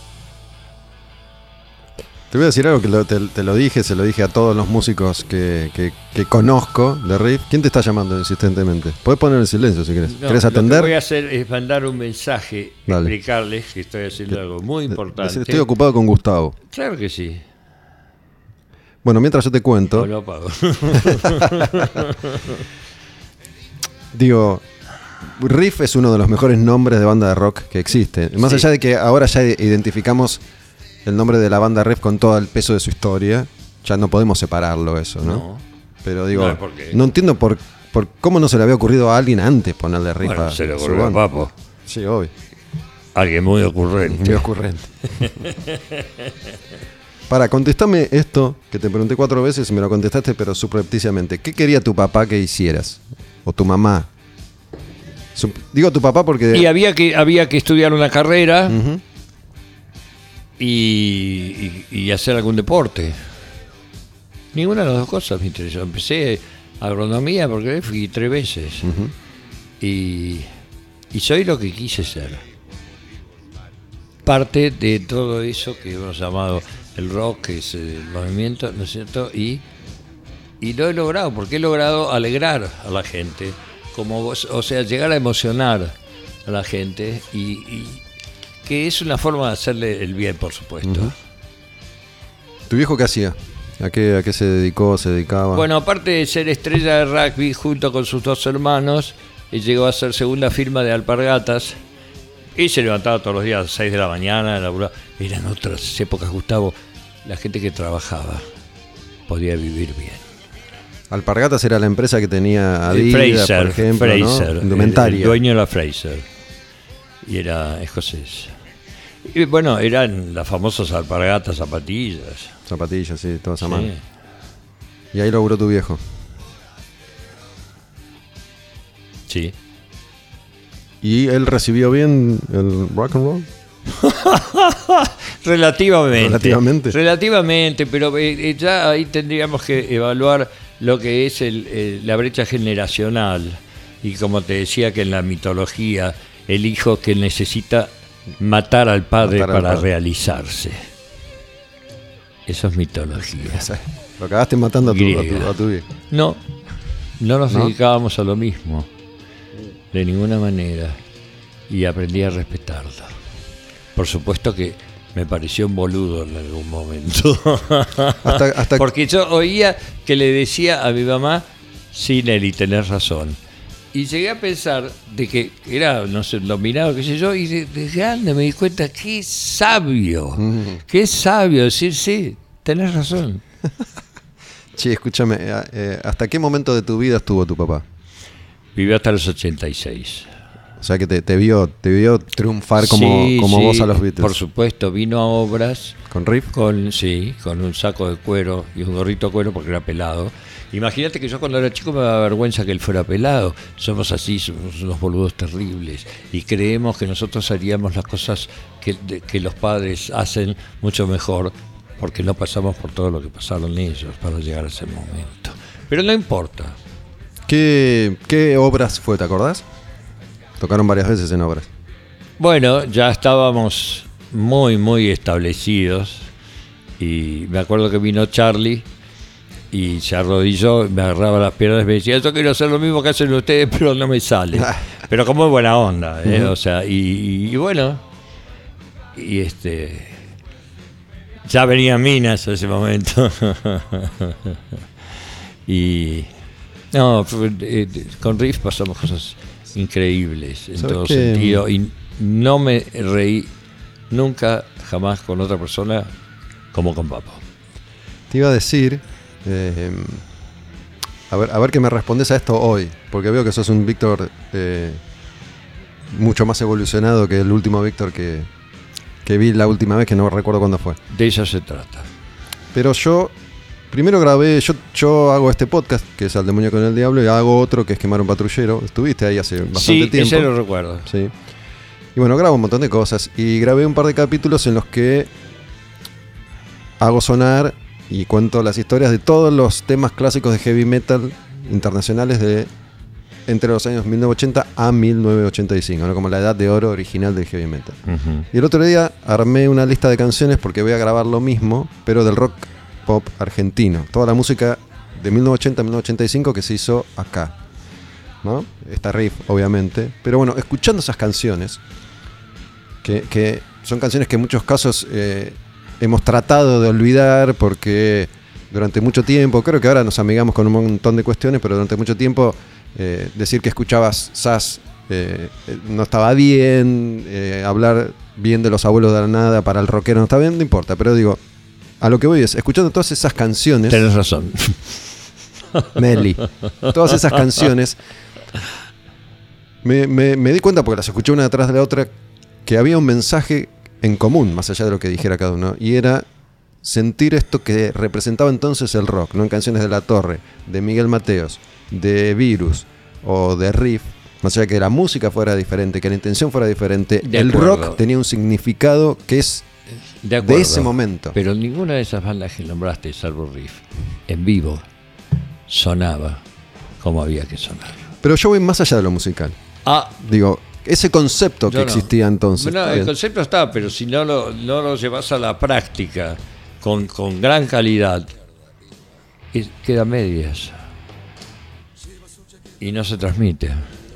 Te voy a decir algo que lo- te, te lo dije, se lo dije a todos los músicos que, que- que conozco de riff. ¿Quién te está llamando insistentemente? Puedes poner en silencio si querés. No, ¿Querés Lo que atender? voy a hacer es mandar un mensaje, Dale. explicarles que estoy haciendo algo muy importante. Estoy ocupado con Gustavo. Claro que sí. Bueno, mientras yo te cuento, No lo apago. digo, Riff es uno de los mejores nombres de banda de rock que existe. Más Sí. allá de que ahora ya identificamos el nombre de la banda Riff con todo el peso de su historia, ya no podemos separarlo eso, ¿no? No. Pero digo, No, ¿por qué? no entiendo por, por cómo no se le había ocurrido a alguien antes ponerle Riff Bueno, a se le su ocurrió a banda. Papo. Sí, obvio. Alguien muy ocurrente. Muy ocurrente. Para, contestame esto que te pregunté cuatro veces y me lo contestaste, pero subrepticiamente. ¿Qué quería tu papá que hicieras? O tu mamá. Sup- digo tu papá porque... Y había que, había que estudiar una carrera Ujú. y, y- y hacer algún deporte. Ninguna de las dos cosas me interesó. Empecé agronomía porque fui tres veces. y, y soy lo que quise ser. parte de todo eso que hemos llamado el rock, que es el movimiento, ¿no es cierto? Y, y lo he logrado, porque he logrado alegrar a la gente, como vos, o sea, llegar a emocionar a la gente, y, y que es una forma de hacerle el bien, por supuesto. Uh-huh. ¿Tu viejo qué hacía? ¿A qué, ¿A qué se dedicó? ¿Se dedicaba? Bueno, aparte de ser estrella de rugby junto con sus dos hermanos, él llegó a ser segunda firma de Alpargatas y se levantaba todos los días a las seis de la mañana. Eran otras épocas, Gustavo. La gente que trabajaba podía vivir bien. Alpargatas era la empresa que tenía Adidas, Fraser, por ejemplo, Fraser, ¿no? Indumentaria. El, el dueño era Fraser y era escocés. Y bueno, eran las famosas alpargatas, zapatillas. Zapatillas, sí, todas a Sí. mano. Y ahí laburó tu viejo. Sí. ¿Y él recibió bien el rock and roll? Relativamente. Relativamente. Relativamente, pero eh, ya ahí tendríamos que evaluar lo que es el, el, la brecha generacional. Y como te decía, que en la mitología, el hijo que necesita matar al padre Matar al para padre. realizarse. Eso es mitología. Lo acabaste matando a tu, a tu, a tu viejo. No, no nos ¿No? dedicábamos a lo mismo. De ninguna manera. Y aprendí a respetarlo. Por supuesto que me pareció un boludo en algún momento. Hasta, hasta Porque yo oía que le decía a mi mamá, sí, Nelly, tenés razón. Y llegué a pensar de que era, no sé, dominado, qué sé yo, y de, de grande me di cuenta, qué sabio, Mm. qué sabio decir, sí, tenés razón. Che, escúchame, eh, eh, ¿hasta qué momento de tu vida estuvo tu papá? Vivió hasta los ochenta y seis. O sea que te, te vio te vio triunfar como, Sí, como sí, vos a los Beatles. Por supuesto, vino a obras ¿Con Riff? con, sí, con un saco de cuero y un gorrito de cuero porque era pelado. Imagínate que yo cuando era chico me daba vergüenza que él fuera pelado. Somos así, somos unos boludos terribles. Y creemos que nosotros haríamos las cosas que, de, que los padres hacen mucho mejor porque no pasamos por todo lo que pasaron ellos para llegar a ese momento. Pero no importa. ¿Qué, ¿Qué obras fue, te acordás? Tocaron varias veces en obras. Bueno, ya estábamos muy, muy establecidos. Y me acuerdo que vino Charlie y se arrodilló, me agarraba las piernas y me decía, yo quiero hacer lo mismo que hacen ustedes, pero no me sale. Pero como es buena onda, ¿eh? Uh-huh. O sea, y, y bueno, y este, ya venían minas a ese momento. Y no, fue, eh, con Riff pasamos cosas increíbles en todo qué? sentido, y no me reí nunca, jamás con otra persona como con Papo. Te iba a decir, eh, a ver, a ver qué me respondes a esto hoy, porque veo que sos un Víctor eh, mucho más evolucionado que el último Víctor que, que vi la última vez, que no recuerdo cuándo fue. De eso se trata. Pero yo primero grabé, yo, yo hago este podcast, que es Al Demonio con el Diablo, y hago otro que es Quemar un Patrullero. Estuviste ahí hace bastante Sí, tiempo. ese lo recuerdo. Sí. Y bueno, grabo un montón de cosas. Y grabé un par de capítulos en los que hago sonar y cuento las historias de todos los temas clásicos de heavy metal internacionales de entre los años mil novecientos ochenta a mil novecientos ochenta y cinco, ¿no? Como la edad de oro original del heavy metal. Uh-huh. Y el otro día armé una lista de canciones porque voy a grabar lo mismo, pero del rock pop argentino. Toda la música de mil novecientos ochenta a mil novecientos ochenta y cinco que se hizo acá, ¿no? Está Riff, obviamente. Pero bueno, escuchando esas canciones, que, que son canciones que en muchos casos eh, hemos tratado de olvidar porque durante mucho tiempo, creo que ahora nos amigamos con un montón de cuestiones, pero durante mucho tiempo eh, decir que escuchabas Sass eh, no estaba bien, eh, hablar bien de los abuelos de la nada para el rockero no está bien, no importa, pero digo, a lo que voy es, escuchando todas esas canciones, Tenés razón. Nelly, todas esas canciones, me, me, me di cuenta, porque las escuché una detrás de la otra, que había un mensaje en común, más allá de lo que dijera cada uno, y era sentir esto que representaba entonces el rock, ¿no? En canciones de La Torre, de Miguel Mateos, de Virus o de Riff, más allá de que la música fuera diferente, que la intención fuera diferente, De el acuerdo. rock tenía un significado que es De acuerdo. de ese momento. Pero ninguna de esas bandas que nombraste, salvo Riff, en vivo sonaba como había que sonar. Pero yo voy más allá de lo musical. Ah, Digo, ese concepto que Yo no. existía entonces. Bueno, Está el bien. concepto está, pero si no lo, no lo llevas a la práctica con, con gran calidad, es- queda a medias. Y no se transmite.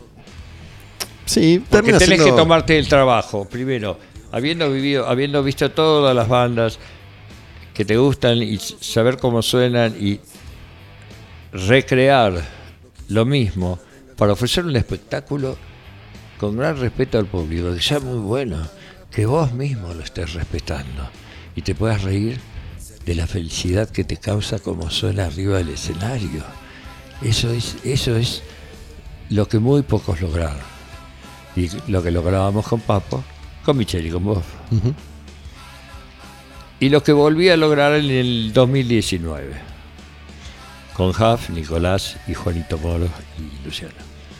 Sí, Porque termina tenés siendo- que tomarte el trabajo, primero, habiendo vivido, habiendo visto todas las bandas que te gustan y s- saber cómo suenan y recrear lo mismo para ofrecer un espectáculo con gran respeto al público, que sea muy bueno, que vos mismo lo estés respetando y te puedas reír de la felicidad que te causa como suena arriba del escenario. Eso es, eso es lo que muy pocos lograron. Y lo que lográbamos con Papo, con Michelle y con vos. Ujú. Y lo que volví a lograr en el dos mil diecinueve. Con Huff, Nicolás y Juanito Moro y Luciano.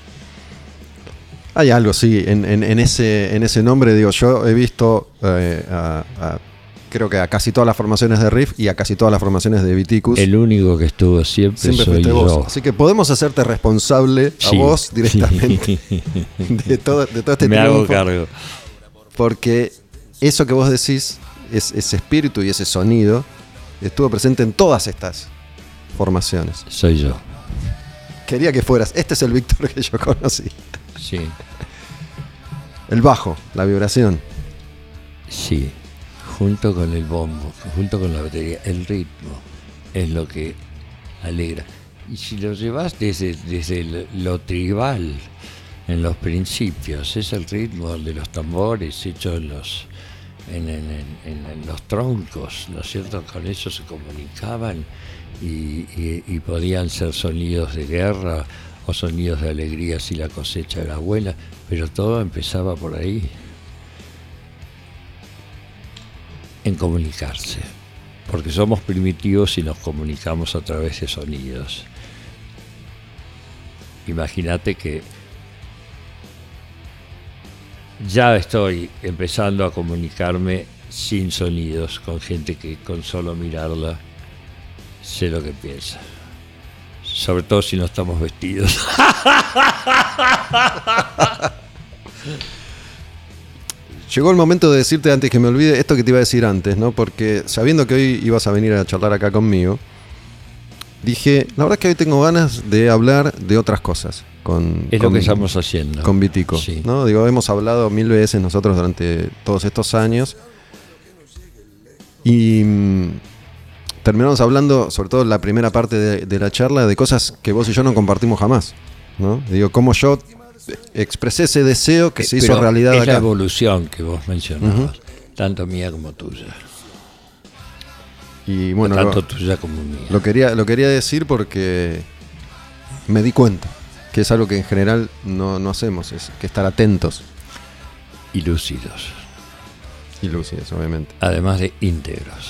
Hay algo, sí, en, en- en ese, en ese nombre, digo, yo he visto eh, a- a- creo que a casi todas las formaciones de Riff y a casi todas las formaciones de Viticus. El único que estuvo siempre, Siempre soy fuiste yo. vos. Así que podemos hacerte responsable a Sí, vos directamente sí. de, todo, de todo este Me hago triunfo. cargo. Porque eso que vos decís, es, ese espíritu y ese sonido, estuvo presente en todas estas formaciones. Soy yo. Quería que fueras. Este es el Víctor que yo conocí. Sí, El bajo, la vibración. sí. Junto con el bombo, junto con la batería, el ritmo es lo que alegra. Y si lo llevas desde, desde lo, lo tribal, en los principios, es el ritmo de los tambores hechos en los, en, en- en- en- en los troncos, ¿no es cierto? Con eso se comunicaban y, y- y podían ser sonidos de guerra o sonidos de alegría si la cosecha era buena, pero todo empezaba por ahí. En comunicarse, porque somos primitivos y nos comunicamos a través de sonidos. Imagínate que ya estoy empezando a comunicarme sin sonidos con gente que con solo mirarla sé lo que piensa, sobre todo si no estamos vestidos. Llegó el momento de decirte antes que me olvide esto que te iba a decir antes, ¿no? Porque sabiendo que hoy ibas a venir a charlar acá conmigo, dije, la verdad es que hoy tengo ganas de hablar de otras cosas. Con, Es con, lo que estamos haciendo. con Vitico, Sí. ¿no? Digo, hemos hablado mil veces nosotros durante todos estos años. Y mm, terminamos hablando, sobre todo en la primera parte de, de la charla, de cosas que vos y yo no compartimos jamás, ¿no? Digo, cómo yo expresé ese deseo que Eh, se hizo pero realidad es la acá. evolución que vos mencionabas, tanto mía como tuya, Y bueno, tanto lo, tuya como mía. lo quería, lo quería decir porque me di cuenta que es algo que en general no, no hacemos, es que estar atentos Y lúcidos, y lúcidos, obviamente. además de íntegros.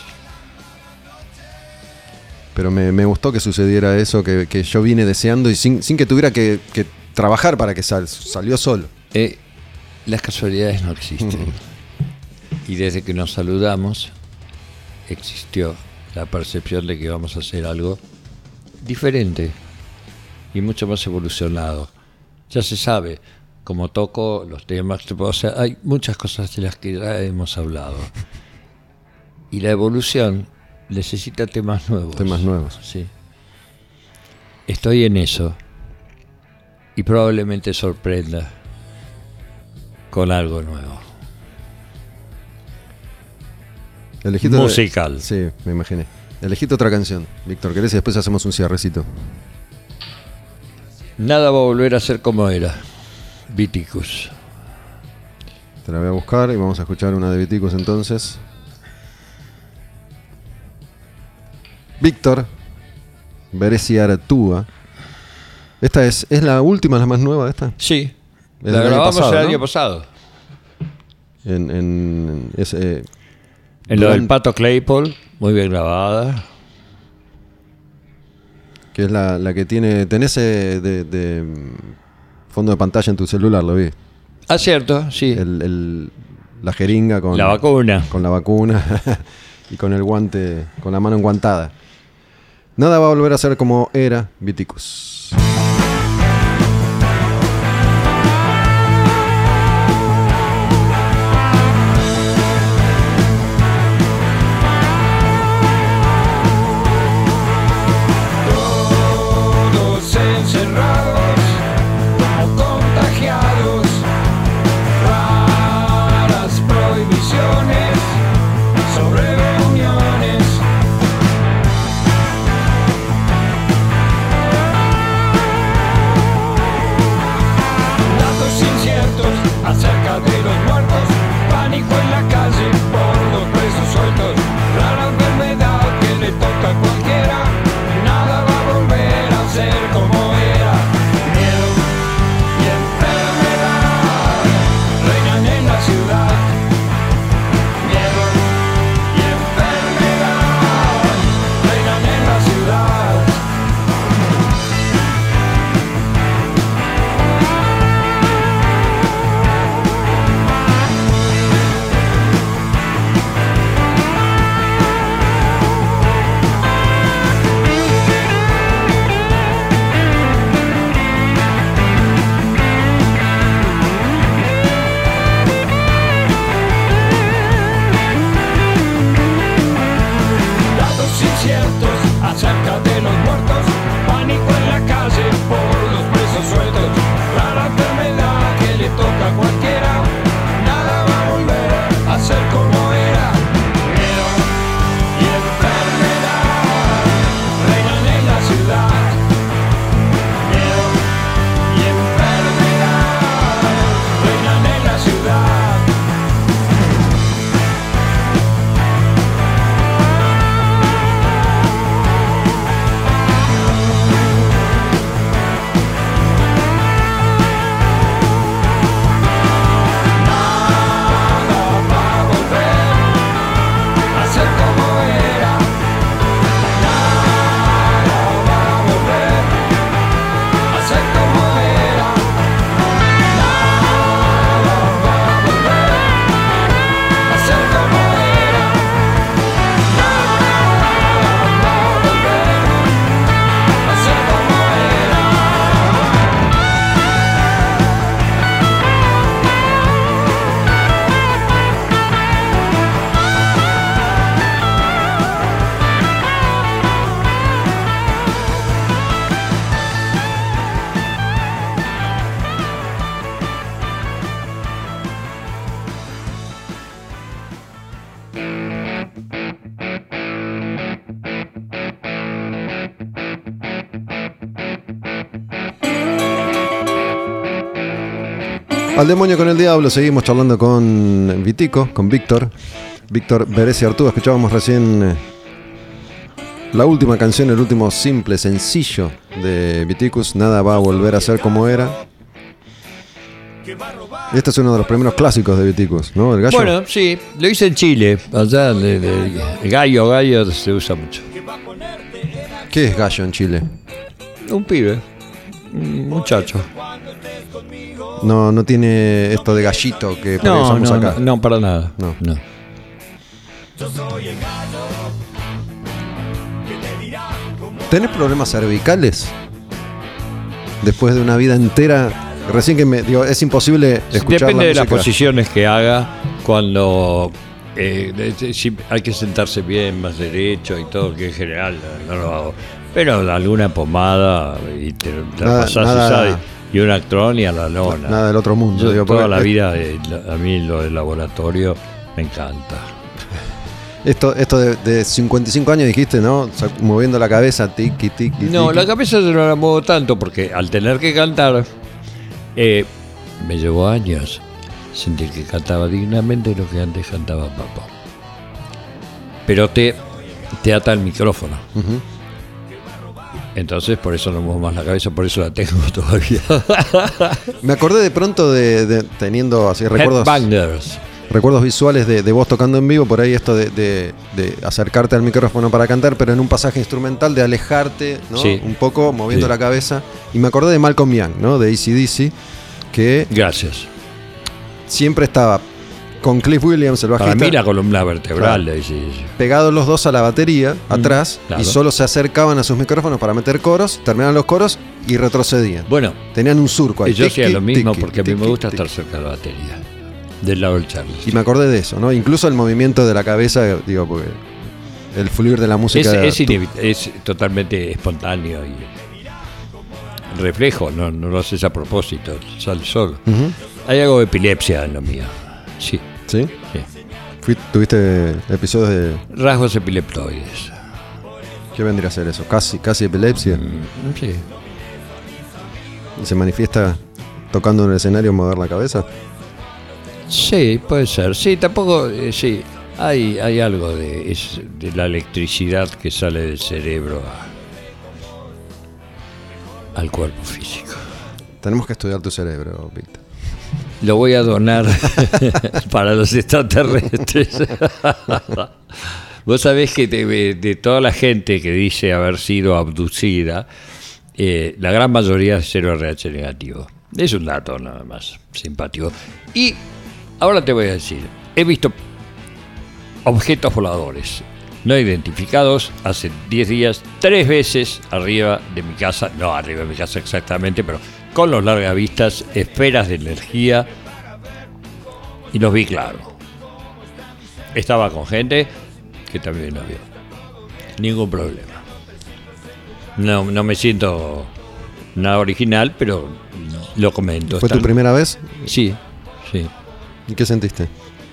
Pero me, me gustó que sucediera eso que, que yo vine deseando y sin, sin que tuviera que, que trabajar para que sal, salió solo. Eh, las casualidades no existen. Y desde que nos saludamos, existió la percepción de que vamos a hacer algo diferente y mucho más evolucionado. Ya se sabe, como toco los temas, o sea, hay muchas cosas de las que ya hemos hablado. Y la evolución necesita temas nuevos. Temas nuevos. Sí. Estoy en eso. Y probablemente sorprenda con algo nuevo. Elegiste Musical. Sí, me imaginé. Elegiste otra canción, Víctor, ¿querés? Y después hacemos un cierrecito. Nada va a volver a ser como era. Viticus. Te la voy a buscar y vamos a escuchar una de Viticus entonces. Víctor Beresi Artúa. Esta es, es la última, la más nueva de esta. Sí. Es La del año grabamos pasado, el ¿no? año pasado. En, en, es, eh, En lo del durante- Pato Claypool, muy bien grabada. que es la, la que tiene. Tenés eh, de, de, mm, fondo de pantalla en tu celular, lo vi. Ah, cierto, sí. El, el- la jeringa con La vacuna. con la vacuna y con el guante, con la mano enguantada. Nada va a volver a ser como era Viticus. Al demonio con el diablo, seguimos charlando con Vitico, con Víctor. Víctor Beresi Artúa, escuchábamos recién eh, la última canción, el último simple, sencillo de Viticus, Nada va a volver a ser como era. Y este es uno de los primeros clásicos de Viticus, ¿no? El gallo. Bueno, sí, lo hice en Chile, allá de, de- de gallo, gallo se usa mucho. ¿Qué es gallo en Chile? Un pibe, un muchacho. No, no tiene esto de gallito que por ahí No, usamos no, acá. no, no, para nada. No. no. ¿Tenés problemas cervicales? Después de una vida entera. Recién que me digo, es imposible escuchar Depende la de las música. posiciones que haga cuando eh, de- de- si hay que sentarse bien, más derecho y todo, que en general no, no lo hago. Pero alguna pomada y te, te la Nada- pasás nada- y, sabes, y un actrón y a la lona. Nada del otro mundo. Yo digo, toda porque la es- vida, eh, la- a mí lo del laboratorio me encanta. Esto, esto de, de cincuenta y cinco años dijiste, ¿no? O sea, moviendo la cabeza, tiki, tiki. No, tiki. la cabeza yo no la muevo tanto porque al tener que cantar, eh, me llevó años sentir que cantaba dignamente lo que antes cantaba papá. Pero te, te ata el micrófono. Ujú. Entonces por eso no muevo más la cabeza, por eso la tengo todavía. Me acordé de pronto de, de- teniendo así recuerdos, Headbangers. recuerdos visuales de, de vos tocando en vivo, por ahí esto de, de- de acercarte al micrófono para cantar, pero en un pasaje instrumental de alejarte, ¿no? Sí. Un poco moviendo Sí. la cabeza. Y me acordé de Malcolm Young, ¿no? De A C D C, que Gracias. siempre estaba con Cliff Williams, el Para bajista, mí la columna vertebral. Claro. eh, sí, sí. pegados los dos a la batería, atrás, claro. y solo se acercaban a sus micrófonos para meter coros, terminaban los coros y retrocedían. Bueno, Tenían un surco ahí. yo hacía Tiki, lo mismo tiki, porque a mí me tiki, gusta tiki. estar cerca de la batería. Del lado del Charles. Y me acordé de eso, ¿no? Incluso el movimiento de la cabeza, digo, porque el fluir de la música. Es, es, tu- inevi- es totalmente espontáneo y reflejo, no, no lo haces a propósito, sale solo. Ujú. Hay algo de epilepsia en lo mío. Sí, ¿Sí? sí. Fui- ¿Tuviste episodios de. Rasgos epileptoides. ¿Qué vendría a ser eso? Casi, casi epilepsia. Mm, Sí. ¿Y se manifiesta tocando en el escenario mover la cabeza? Sí, puede ser. Sí, tampoco, eh, sí. Hay, hay algo de, es, de la electricidad que sale del cerebro a- al cuerpo físico. Tenemos que estudiar tu cerebro, Víctor. Lo voy a donar para los extraterrestres. Vos sabés que de, de toda la gente que dice haber sido abducida, eh, la gran mayoría es cero R H negativo. Es un dato nada más simpático. Y ahora te voy a decir, he visto objetos voladores no identificados hace diez días, tres veces arriba de mi casa, no arriba de mi casa exactamente, pero con los largavistas, esferas de energía, y los vi claro. Estaba con gente que también lo vio. Ningún problema. No, no me siento nada original, pero lo comento. ¿Fue tu Están- primera vez? Sí, sí. ¿Y qué sentiste?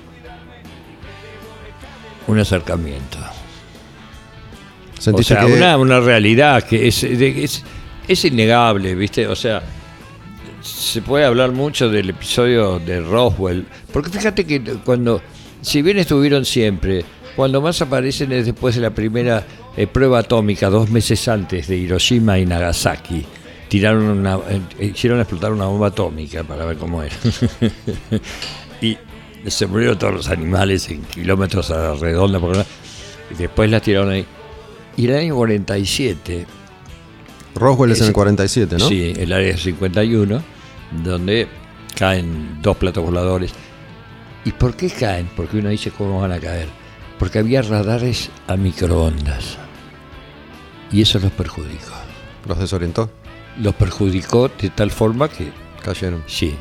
Un acercamiento. O ¿Sentiste sea, que una, una realidad que es, de- es, es innegable, ¿viste? O sea, se puede hablar mucho del episodio de Roswell, porque fíjate que cuando, si bien estuvieron siempre, cuando más aparecen es después de la primera eh, prueba atómica, dos meses antes de Hiroshima y Nagasaki. Tiraron una, eh, hicieron explotar una bomba atómica para ver cómo era. Y se murieron todos los animales en kilómetros a la redonda, por la- y después las tiraron ahí. Y el año cuarenta y siete, Roswell es en ese- el cuarenta y siete, ¿no? sí, el área cincuenta y uno, donde caen dos platos voladores. ¿Y por qué caen? Porque uno dice, ¿cómo van a caer? Porque había radares a microondas. Y eso los perjudicó. Los desorientó, Los perjudicó de tal forma que, cayeron. sí,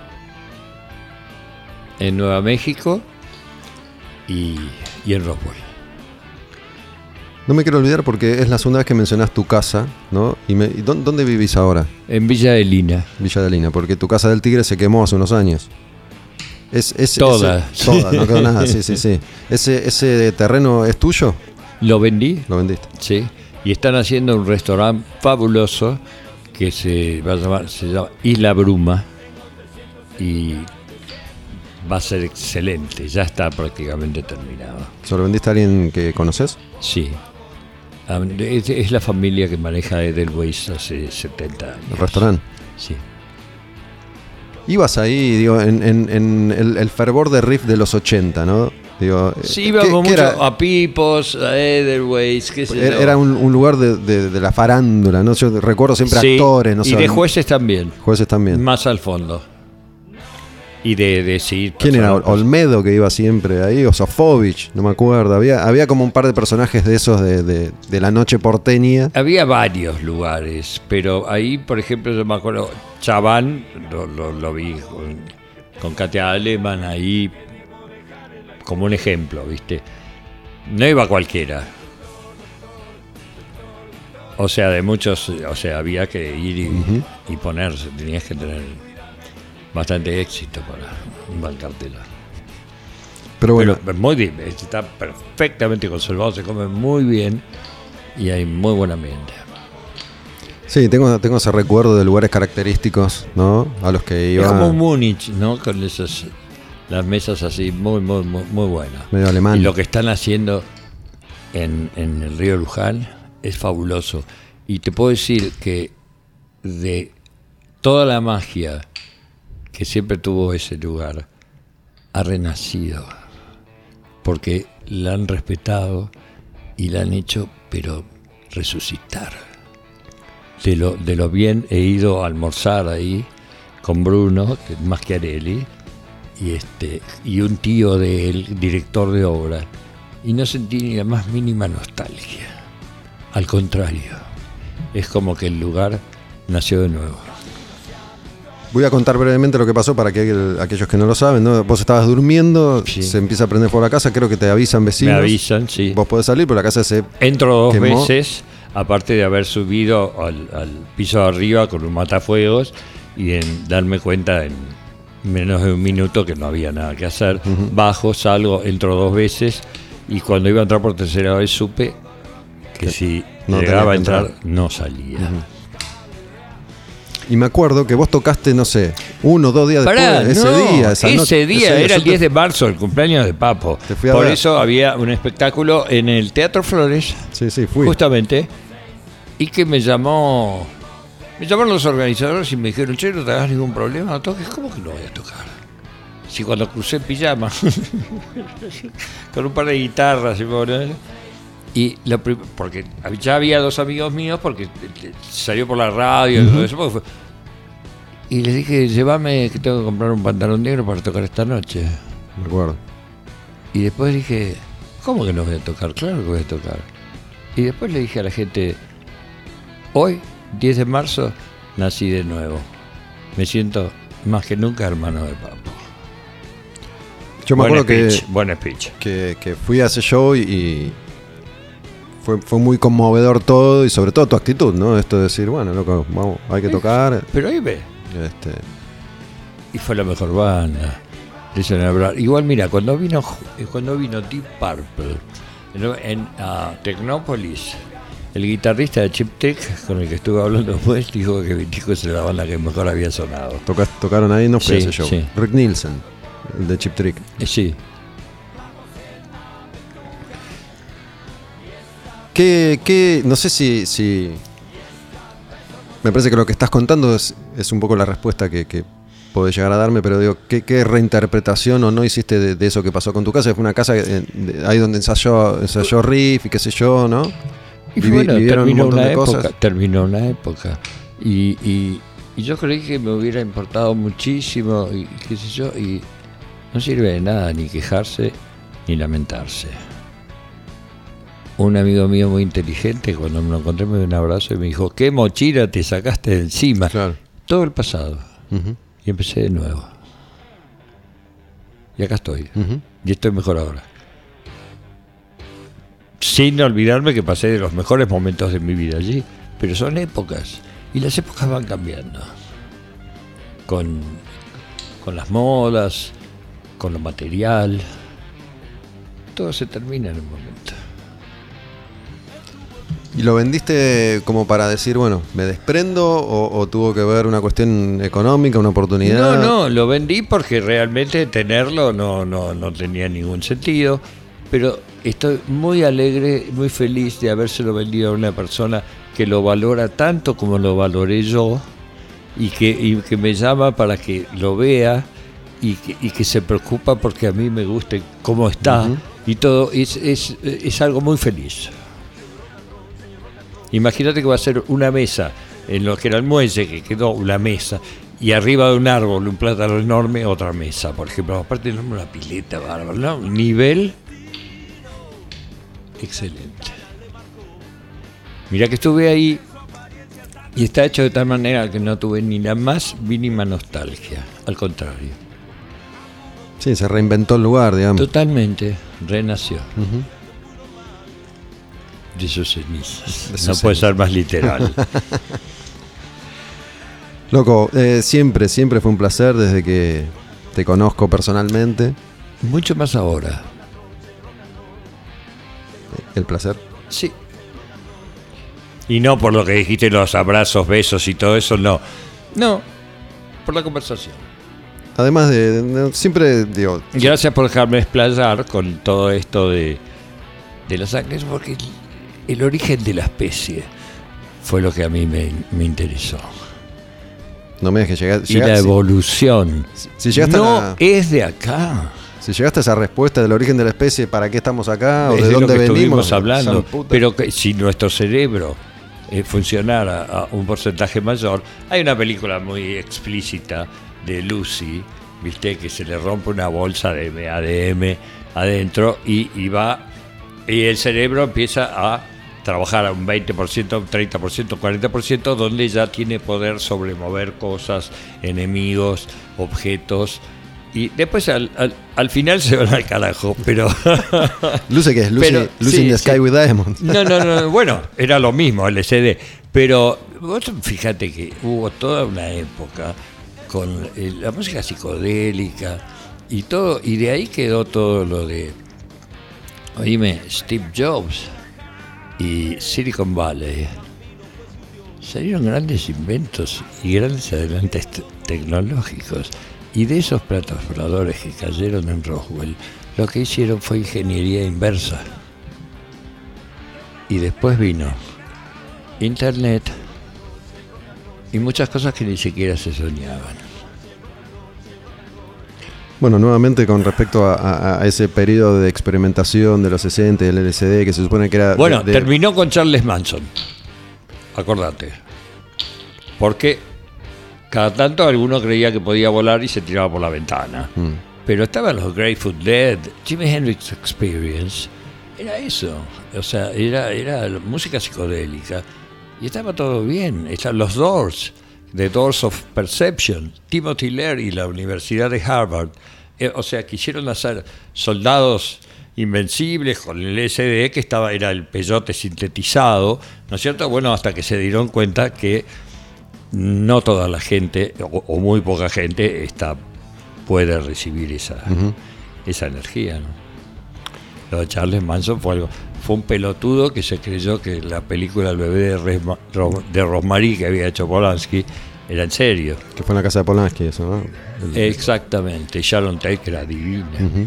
en Nueva México y, y en Roswell. No me quiero olvidar porque es la segunda vez que mencionás tu casa, ¿no? Y me, y ¿dó- ¿Dónde vivís ahora? En Villa de Lina. Villa de Lina, porque tu casa del Tigre se quemó hace unos años. Es, es, Toda. ese- toda, no quedó nada, sí, sí, sí. Ese, ¿Ese terreno es tuyo? Lo vendí. Lo vendiste. Sí, y están haciendo un restaurante fabuloso que se va a llamar, se llama Isla Bruma. y va a ser excelente, ya está prácticamente terminado. ¿Se lo vendiste a alguien que conoces? Sí. Es, es la familia que maneja Edelweiss hace setenta años. ¿El restaurante? Sí. Ibas ahí, digo, en, en, en el, el fervor de riff de los ochenta, ¿no? Digo, sí, íbamos ¿qué, mucho qué era? a Pipos, a Edelweiss, qué sé Era, yo. era un, un lugar de, de, de la farándula, ¿no? Yo recuerdo siempre Sí, actores, no y sé. de jueces también. Jueces también. Más al fondo. Y de decir. ¿Quién era? Olmedo, que iba siempre ahí, o Sofovich, no me acuerdo. Había, había como un par de personajes de esos de, de, de la noche porteña. Había varios lugares, pero ahí, por ejemplo, yo me acuerdo, Chaván, lo, lo, lo vi con, con Katia Aleman ahí, como un ejemplo, ¿viste? No iba cualquiera. O sea, de muchos, o sea, había que ir y, uh-huh. y ponerse, tenías que tener bastante éxito para bancártela. Pero bueno, Pero muy bien, está perfectamente conservado, se come muy bien y hay muy buen ambiente. Sí, tengo, tengo ese recuerdo de lugares característicos, ¿no? A los que iba. Es como Múnich, ¿no? Con esas las mesas así muy, muy, muy, muy buenas. Medio alemán. Y lo que están haciendo en, en el río Luján es fabuloso. Y te puedo decir que de toda la magia que siempre tuvo ese lugar, ha renacido. Porque la han respetado y la han hecho, pero resucitar. De lo, de lo bien he ido a almorzar ahí con Bruno, que es Maschiarelli, y, este, y un tío de él, director de obra. Y no sentí ni la más mínima nostalgia. Al contrario, es como que el lugar nació de nuevo. Voy a contar brevemente lo que pasó para que el, aquellos que no lo saben, ¿no? Vos estabas durmiendo, sí. Se empieza a prender por la casa, creo que te avisan vecinos. Me avisan, sí. Vos podés salir, pero la casa se Entro dos quemó. veces, aparte de haber subido al, al piso de arriba con un matafuegos y en darme cuenta en menos de un minuto que no había nada que hacer. Uh-huh. Bajo, salgo, entro dos veces y cuando iba a entrar por tercera vez supe que si no llegaba a entrar, entrar no salía. Uh-huh. Y me acuerdo que vos tocaste, no sé, uno o dos días Pará, después, ese no, día. Esa ese noche, día ese era el te... diez de marzo, el cumpleaños de Papo. Por ver. eso había un espectáculo en el Teatro Flores. Sí, sí, fui. Justamente. Y que me llamó... Me llamaron los organizadores y me dijeron, che, no te hagas ningún problema, no toques. ¿Cómo que no voy a tocar? Si cuando crucé en pijama, con un par de guitarras, y lo prim- porque ya había dos amigos míos, porque salió por la radio, uh-huh. y todo eso, porque fue, y les dije, llévame que tengo que comprar un pantalón negro para tocar esta noche. Me acuerdo. Y después dije, ¿cómo que no voy a tocar? Claro que voy a tocar. Y después le dije a la gente, hoy, diez de marzo, nací de nuevo. Me siento más que nunca hermano de Papo. Yo me buen acuerdo speech, que, buen speech. que que fui a ese show y, y fue, fue muy conmovedor todo y sobre todo tu actitud, ¿no? Esto de decir, bueno, loco, vamos, hay que tocar. Pero ahí ve. Este... Y fue la mejor banda. Dicen hablar. Igual mira, cuando vino cuando vino Deep Purple en uh, Tecnópolis, el guitarrista de Cheap Trick, con el que estuve hablando después, dijo que Vitico es la banda que mejor había sonado. Tocas, tocaron ahí, no fue sí, ese show. Sí. Rick Nielsen, el de Cheap Trick. Eh, sí. ¿Qué, qué, no sé si, si... Me parece que lo que estás contando es, es un poco la respuesta que, que podés llegar a darme, pero digo, ¿qué, qué reinterpretación o no hiciste de, de eso que pasó con tu casa? Fue una casa de, de, ahí donde ensayó, ensayó Riff y qué sé yo, ¿no? Y Vivi, bueno, vivieron terminó un montón una de época, cosas. terminó una época. Y, y, y yo creí que me hubiera importado muchísimo, y qué sé yo, y no sirve de nada ni quejarse ni lamentarse. Un amigo mío muy inteligente, cuando me lo encontré, me dio un abrazo y me dijo, ¿qué mochila te sacaste de encima? Claro. Todo el pasado. Uh-huh. Y empecé de nuevo. Y acá estoy. Uh-huh. Y estoy mejor ahora. Sin olvidarme que pasé de los mejores momentos de mi vida allí. Pero son épocas. Y las épocas van cambiando. Con, con las modas, con lo material. Todo se termina en un momento. ¿Y lo vendiste como para decir, bueno, me desprendo o, o tuvo que ver una cuestión económica, una oportunidad? No, no, lo vendí porque realmente tenerlo no, no, no tenía ningún sentido, pero estoy muy alegre, muy feliz de habérselo vendido a una persona que lo valora tanto como lo valoré yo y que, y que me llama para que lo vea y que, y que se preocupa porque a mí me guste cómo está uh-huh. y todo, es, es, es algo muy feliz. Imagínate que va a ser una mesa, en lo que era el muelle, que quedó una mesa, y arriba de un árbol, un plátano enorme, otra mesa, por ejemplo. Aparte tenemos una pileta bárbara, ¿no? Un nivel excelente. Mirá que estuve ahí, y está hecho de tal manera que no tuve ni la más mínima nostalgia, al contrario. Sí, se reinventó el lugar, digamos. Totalmente, renació. Uh-huh. De sus cenizas. De sus no puede ser más literal. Loco, eh, siempre, siempre fue un placer desde que te conozco personalmente. Mucho más ahora. ¿El placer? Sí. Y no por lo que dijiste, los abrazos, besos y todo eso, no. No, por la conversación. Además de, de siempre, digo... Gracias por dejarme explayar con todo esto de, de la sangre, porque el origen de la especie fue lo que a mí me, me interesó. No me dejes llegar. Y la evolución. Si, si llegaste no a, es de acá. Si llegaste a esa respuesta del origen de la especie, ¿para qué estamos acá? ¿O es de, de dónde lo que venimos? Estuvimos hablando. Pero que, si nuestro cerebro eh, funcionara a un porcentaje mayor, hay una película muy explícita de Lucy, viste, que se le rompe una bolsa de A D M adentro y, y va y el cerebro empieza a trabajar a un veinte por ciento, un treinta por ciento, cuarenta por ciento, donde ya tiene poder sobre mover cosas, enemigos, objetos, y después al, al, al final se van al carajo, pero... Lucy, ¿qué es? Lucy, pero, Lucy sí, in the Sky sí. with Diamonds. No, no, no, bueno, era lo mismo, L S D, pero vos fíjate que hubo toda una época con la música psicodélica y todo, y de ahí quedó todo lo de, oíme, Steve Jobs y Silicon Valley. Salieron grandes inventos y grandes adelantos te- tecnológicos, y de esos platos voladores que cayeron en Roswell, lo que hicieron fue ingeniería inversa. Y después vino Internet y muchas cosas que ni siquiera se soñaban. Bueno, nuevamente con respecto a, a, a ese periodo de experimentación de los sesenta, del L S D, que se supone que era... Bueno, de, de... terminó con Charles Manson. Acordate. Porque cada tanto alguno creía que podía volar y se tiraba por la ventana. Mm. Pero estaban los Grateful Dead, Jimi Hendrix Experience. Era eso. O sea, era, era música psicodélica. Y estaba todo bien. Estaban los Doors, The Doors of Perception, Timothy Leary y la Universidad de Harvard. Eh, o sea, quisieron hacer soldados invencibles con el L S D, que estaba, era el peyote sintetizado, ¿no es cierto? Bueno, hasta que se dieron cuenta que no toda la gente, o, o muy poca gente, está, puede recibir esa, uh-huh. esa energía, ¿no? Lo de Charles Manson fue algo, fue un pelotudo que se creyó que la película El bebé de, Resma, de Rosemary que había hecho Polanski era en serio. Que fue en la casa de Polanski eso, ¿no? El... Exactamente, Sharon Tate era divina. Uh-huh.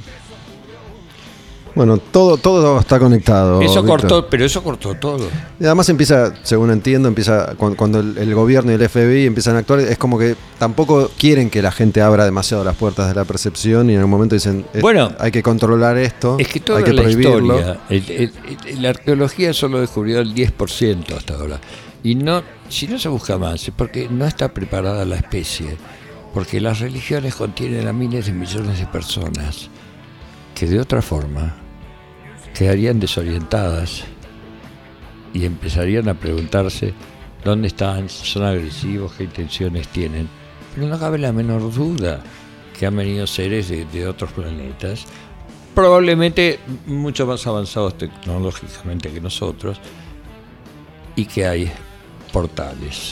Bueno, todo, todo está conectado. Eso Víctor. cortó, pero eso cortó todo. Y además empieza, según entiendo, empieza cuando, cuando el, el gobierno y el F B I empiezan a actuar, es como que tampoco quieren que la gente abra demasiado las puertas de la percepción y en algún momento dicen, bueno, hay que controlar esto, es que toda hay que la prohibirlo. Historia, el, el, el, la arqueología solo descubrió el diez por ciento hasta ahora. Y no, si no se busca más, es porque no está preparada la especie. Porque las religiones contienen a miles de millones de personas que de otra forma quedarían desorientadas y empezarían a preguntarse dónde están, son agresivos, qué intenciones tienen. Pero no cabe la menor duda que han venido seres de, de otros planetas, probablemente mucho más avanzados tecnológicamente que nosotros, y que hay portales,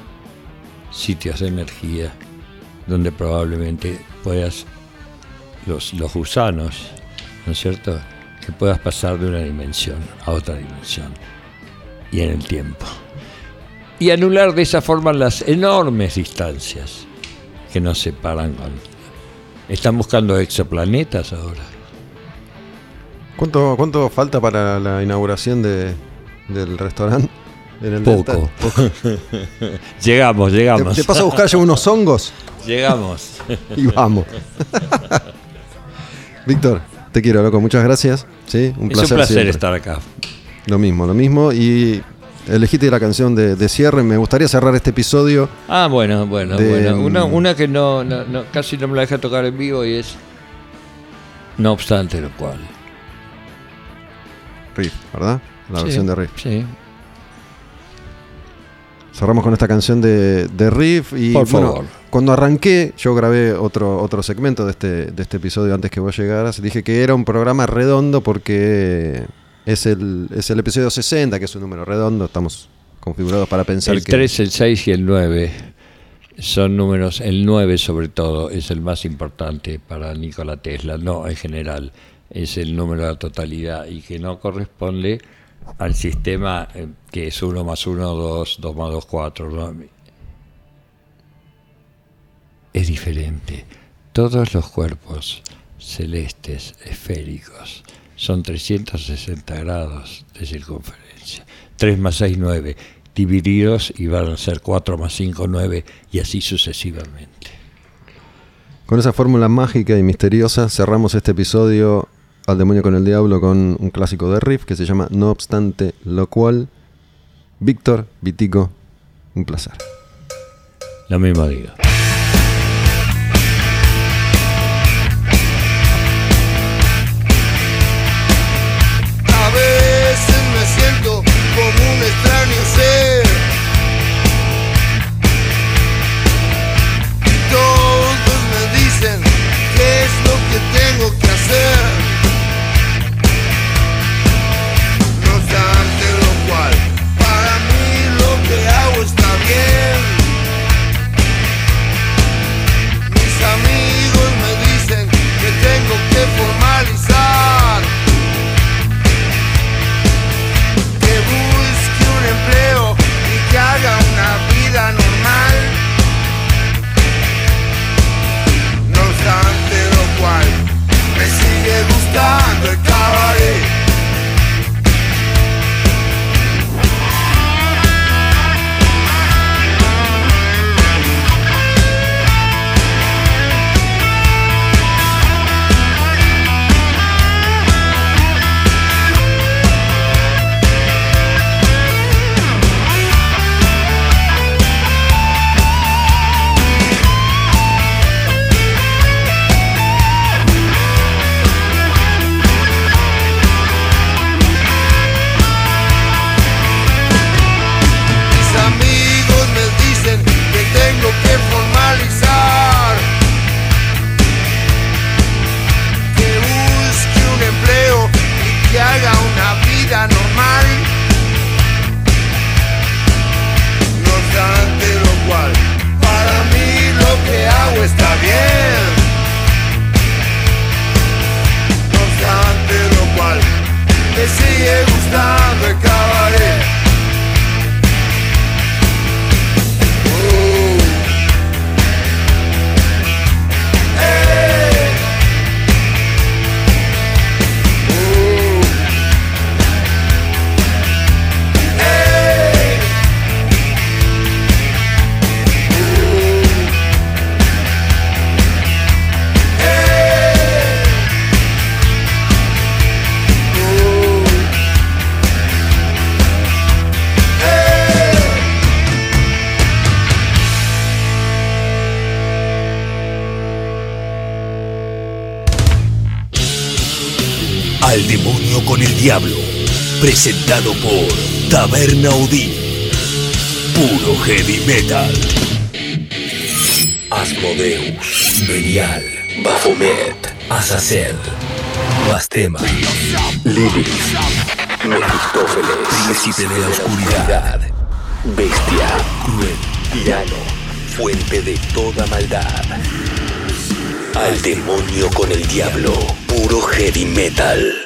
sitios de energía donde probablemente puedas, los, los gusanos, ¿no es cierto?, que puedas pasar de una dimensión a otra dimensión. y en el tiempo. Y anular de esa forma las enormes distancias que nos separan. Con... Están buscando exoplanetas ahora. ¿Cuánto, cuánto falta para la inauguración de, del restaurante? En el Poco. Poco. llegamos, llegamos. ¿Te, te paso a buscar yo unos hongos? Llegamos. Y vamos. Víctor, te quiero, loco. Muchas gracias. ¿Sí? Un placer, es un placer siempre. estar acá. Lo mismo, lo mismo. Y elegiste la canción de, de cierre. Me gustaría cerrar este episodio. Ah, bueno, bueno, de, bueno. Una, una que no, no, no, casi no me la deja tocar en vivo y es No obstante lo cual. Riff, ¿verdad? La sí, versión de Riff. Sí. Cerramos con esta canción de, de Riff y Por bueno, favor. Cuando arranqué, yo grabé otro, otro segmento de este, de este episodio antes que vos llegaras. Dije que era un programa redondo porque es el, es el episodio sesenta, que es un número redondo. Estamos configurados para pensar el que... El tres, el seis y el nueve son números. El nueve sobre todo es el más importante para Nikola Tesla, no en general. Es el número de la totalidad y que no corresponde al sistema eh, que es uno más uno, dos, dos más dos, cuatro. ¿No? Es diferente. Todos los cuerpos celestes, esféricos, son trescientos sesenta grados de circunferencia. tres más seis, nueve. Divididos y van a ser cuatro más cinco, nueve y así sucesivamente. Con esa fórmula mágica y misteriosa cerramos este episodio Al demonio con el diablo con un clásico de Riff que se llama No obstante lo cual. Víctor, Vitico, un placer. Lo mismo digo. A veces me siento como un extraño ser. Todos me dicen qué es lo que tengo que hacer. No obstante lo cual, para mí lo que hago está bien. Mis amigos me dicen que tengo que formalizar, que busque un empleo y que haga una vida normal. No obstante lo cual, me sigue gustando el cabaret. Al demonio con el diablo, presentado por Taberna Odín, puro heavy metal. Asmodeus, Belial, Baphomet, Azazel, Bastema, Lilith, Mefistófeles, Príncipe de la Oscuridad, Bestia, Cruel, Tirano, Fuente de toda maldad. Al demonio con el diablo, puro heavy metal.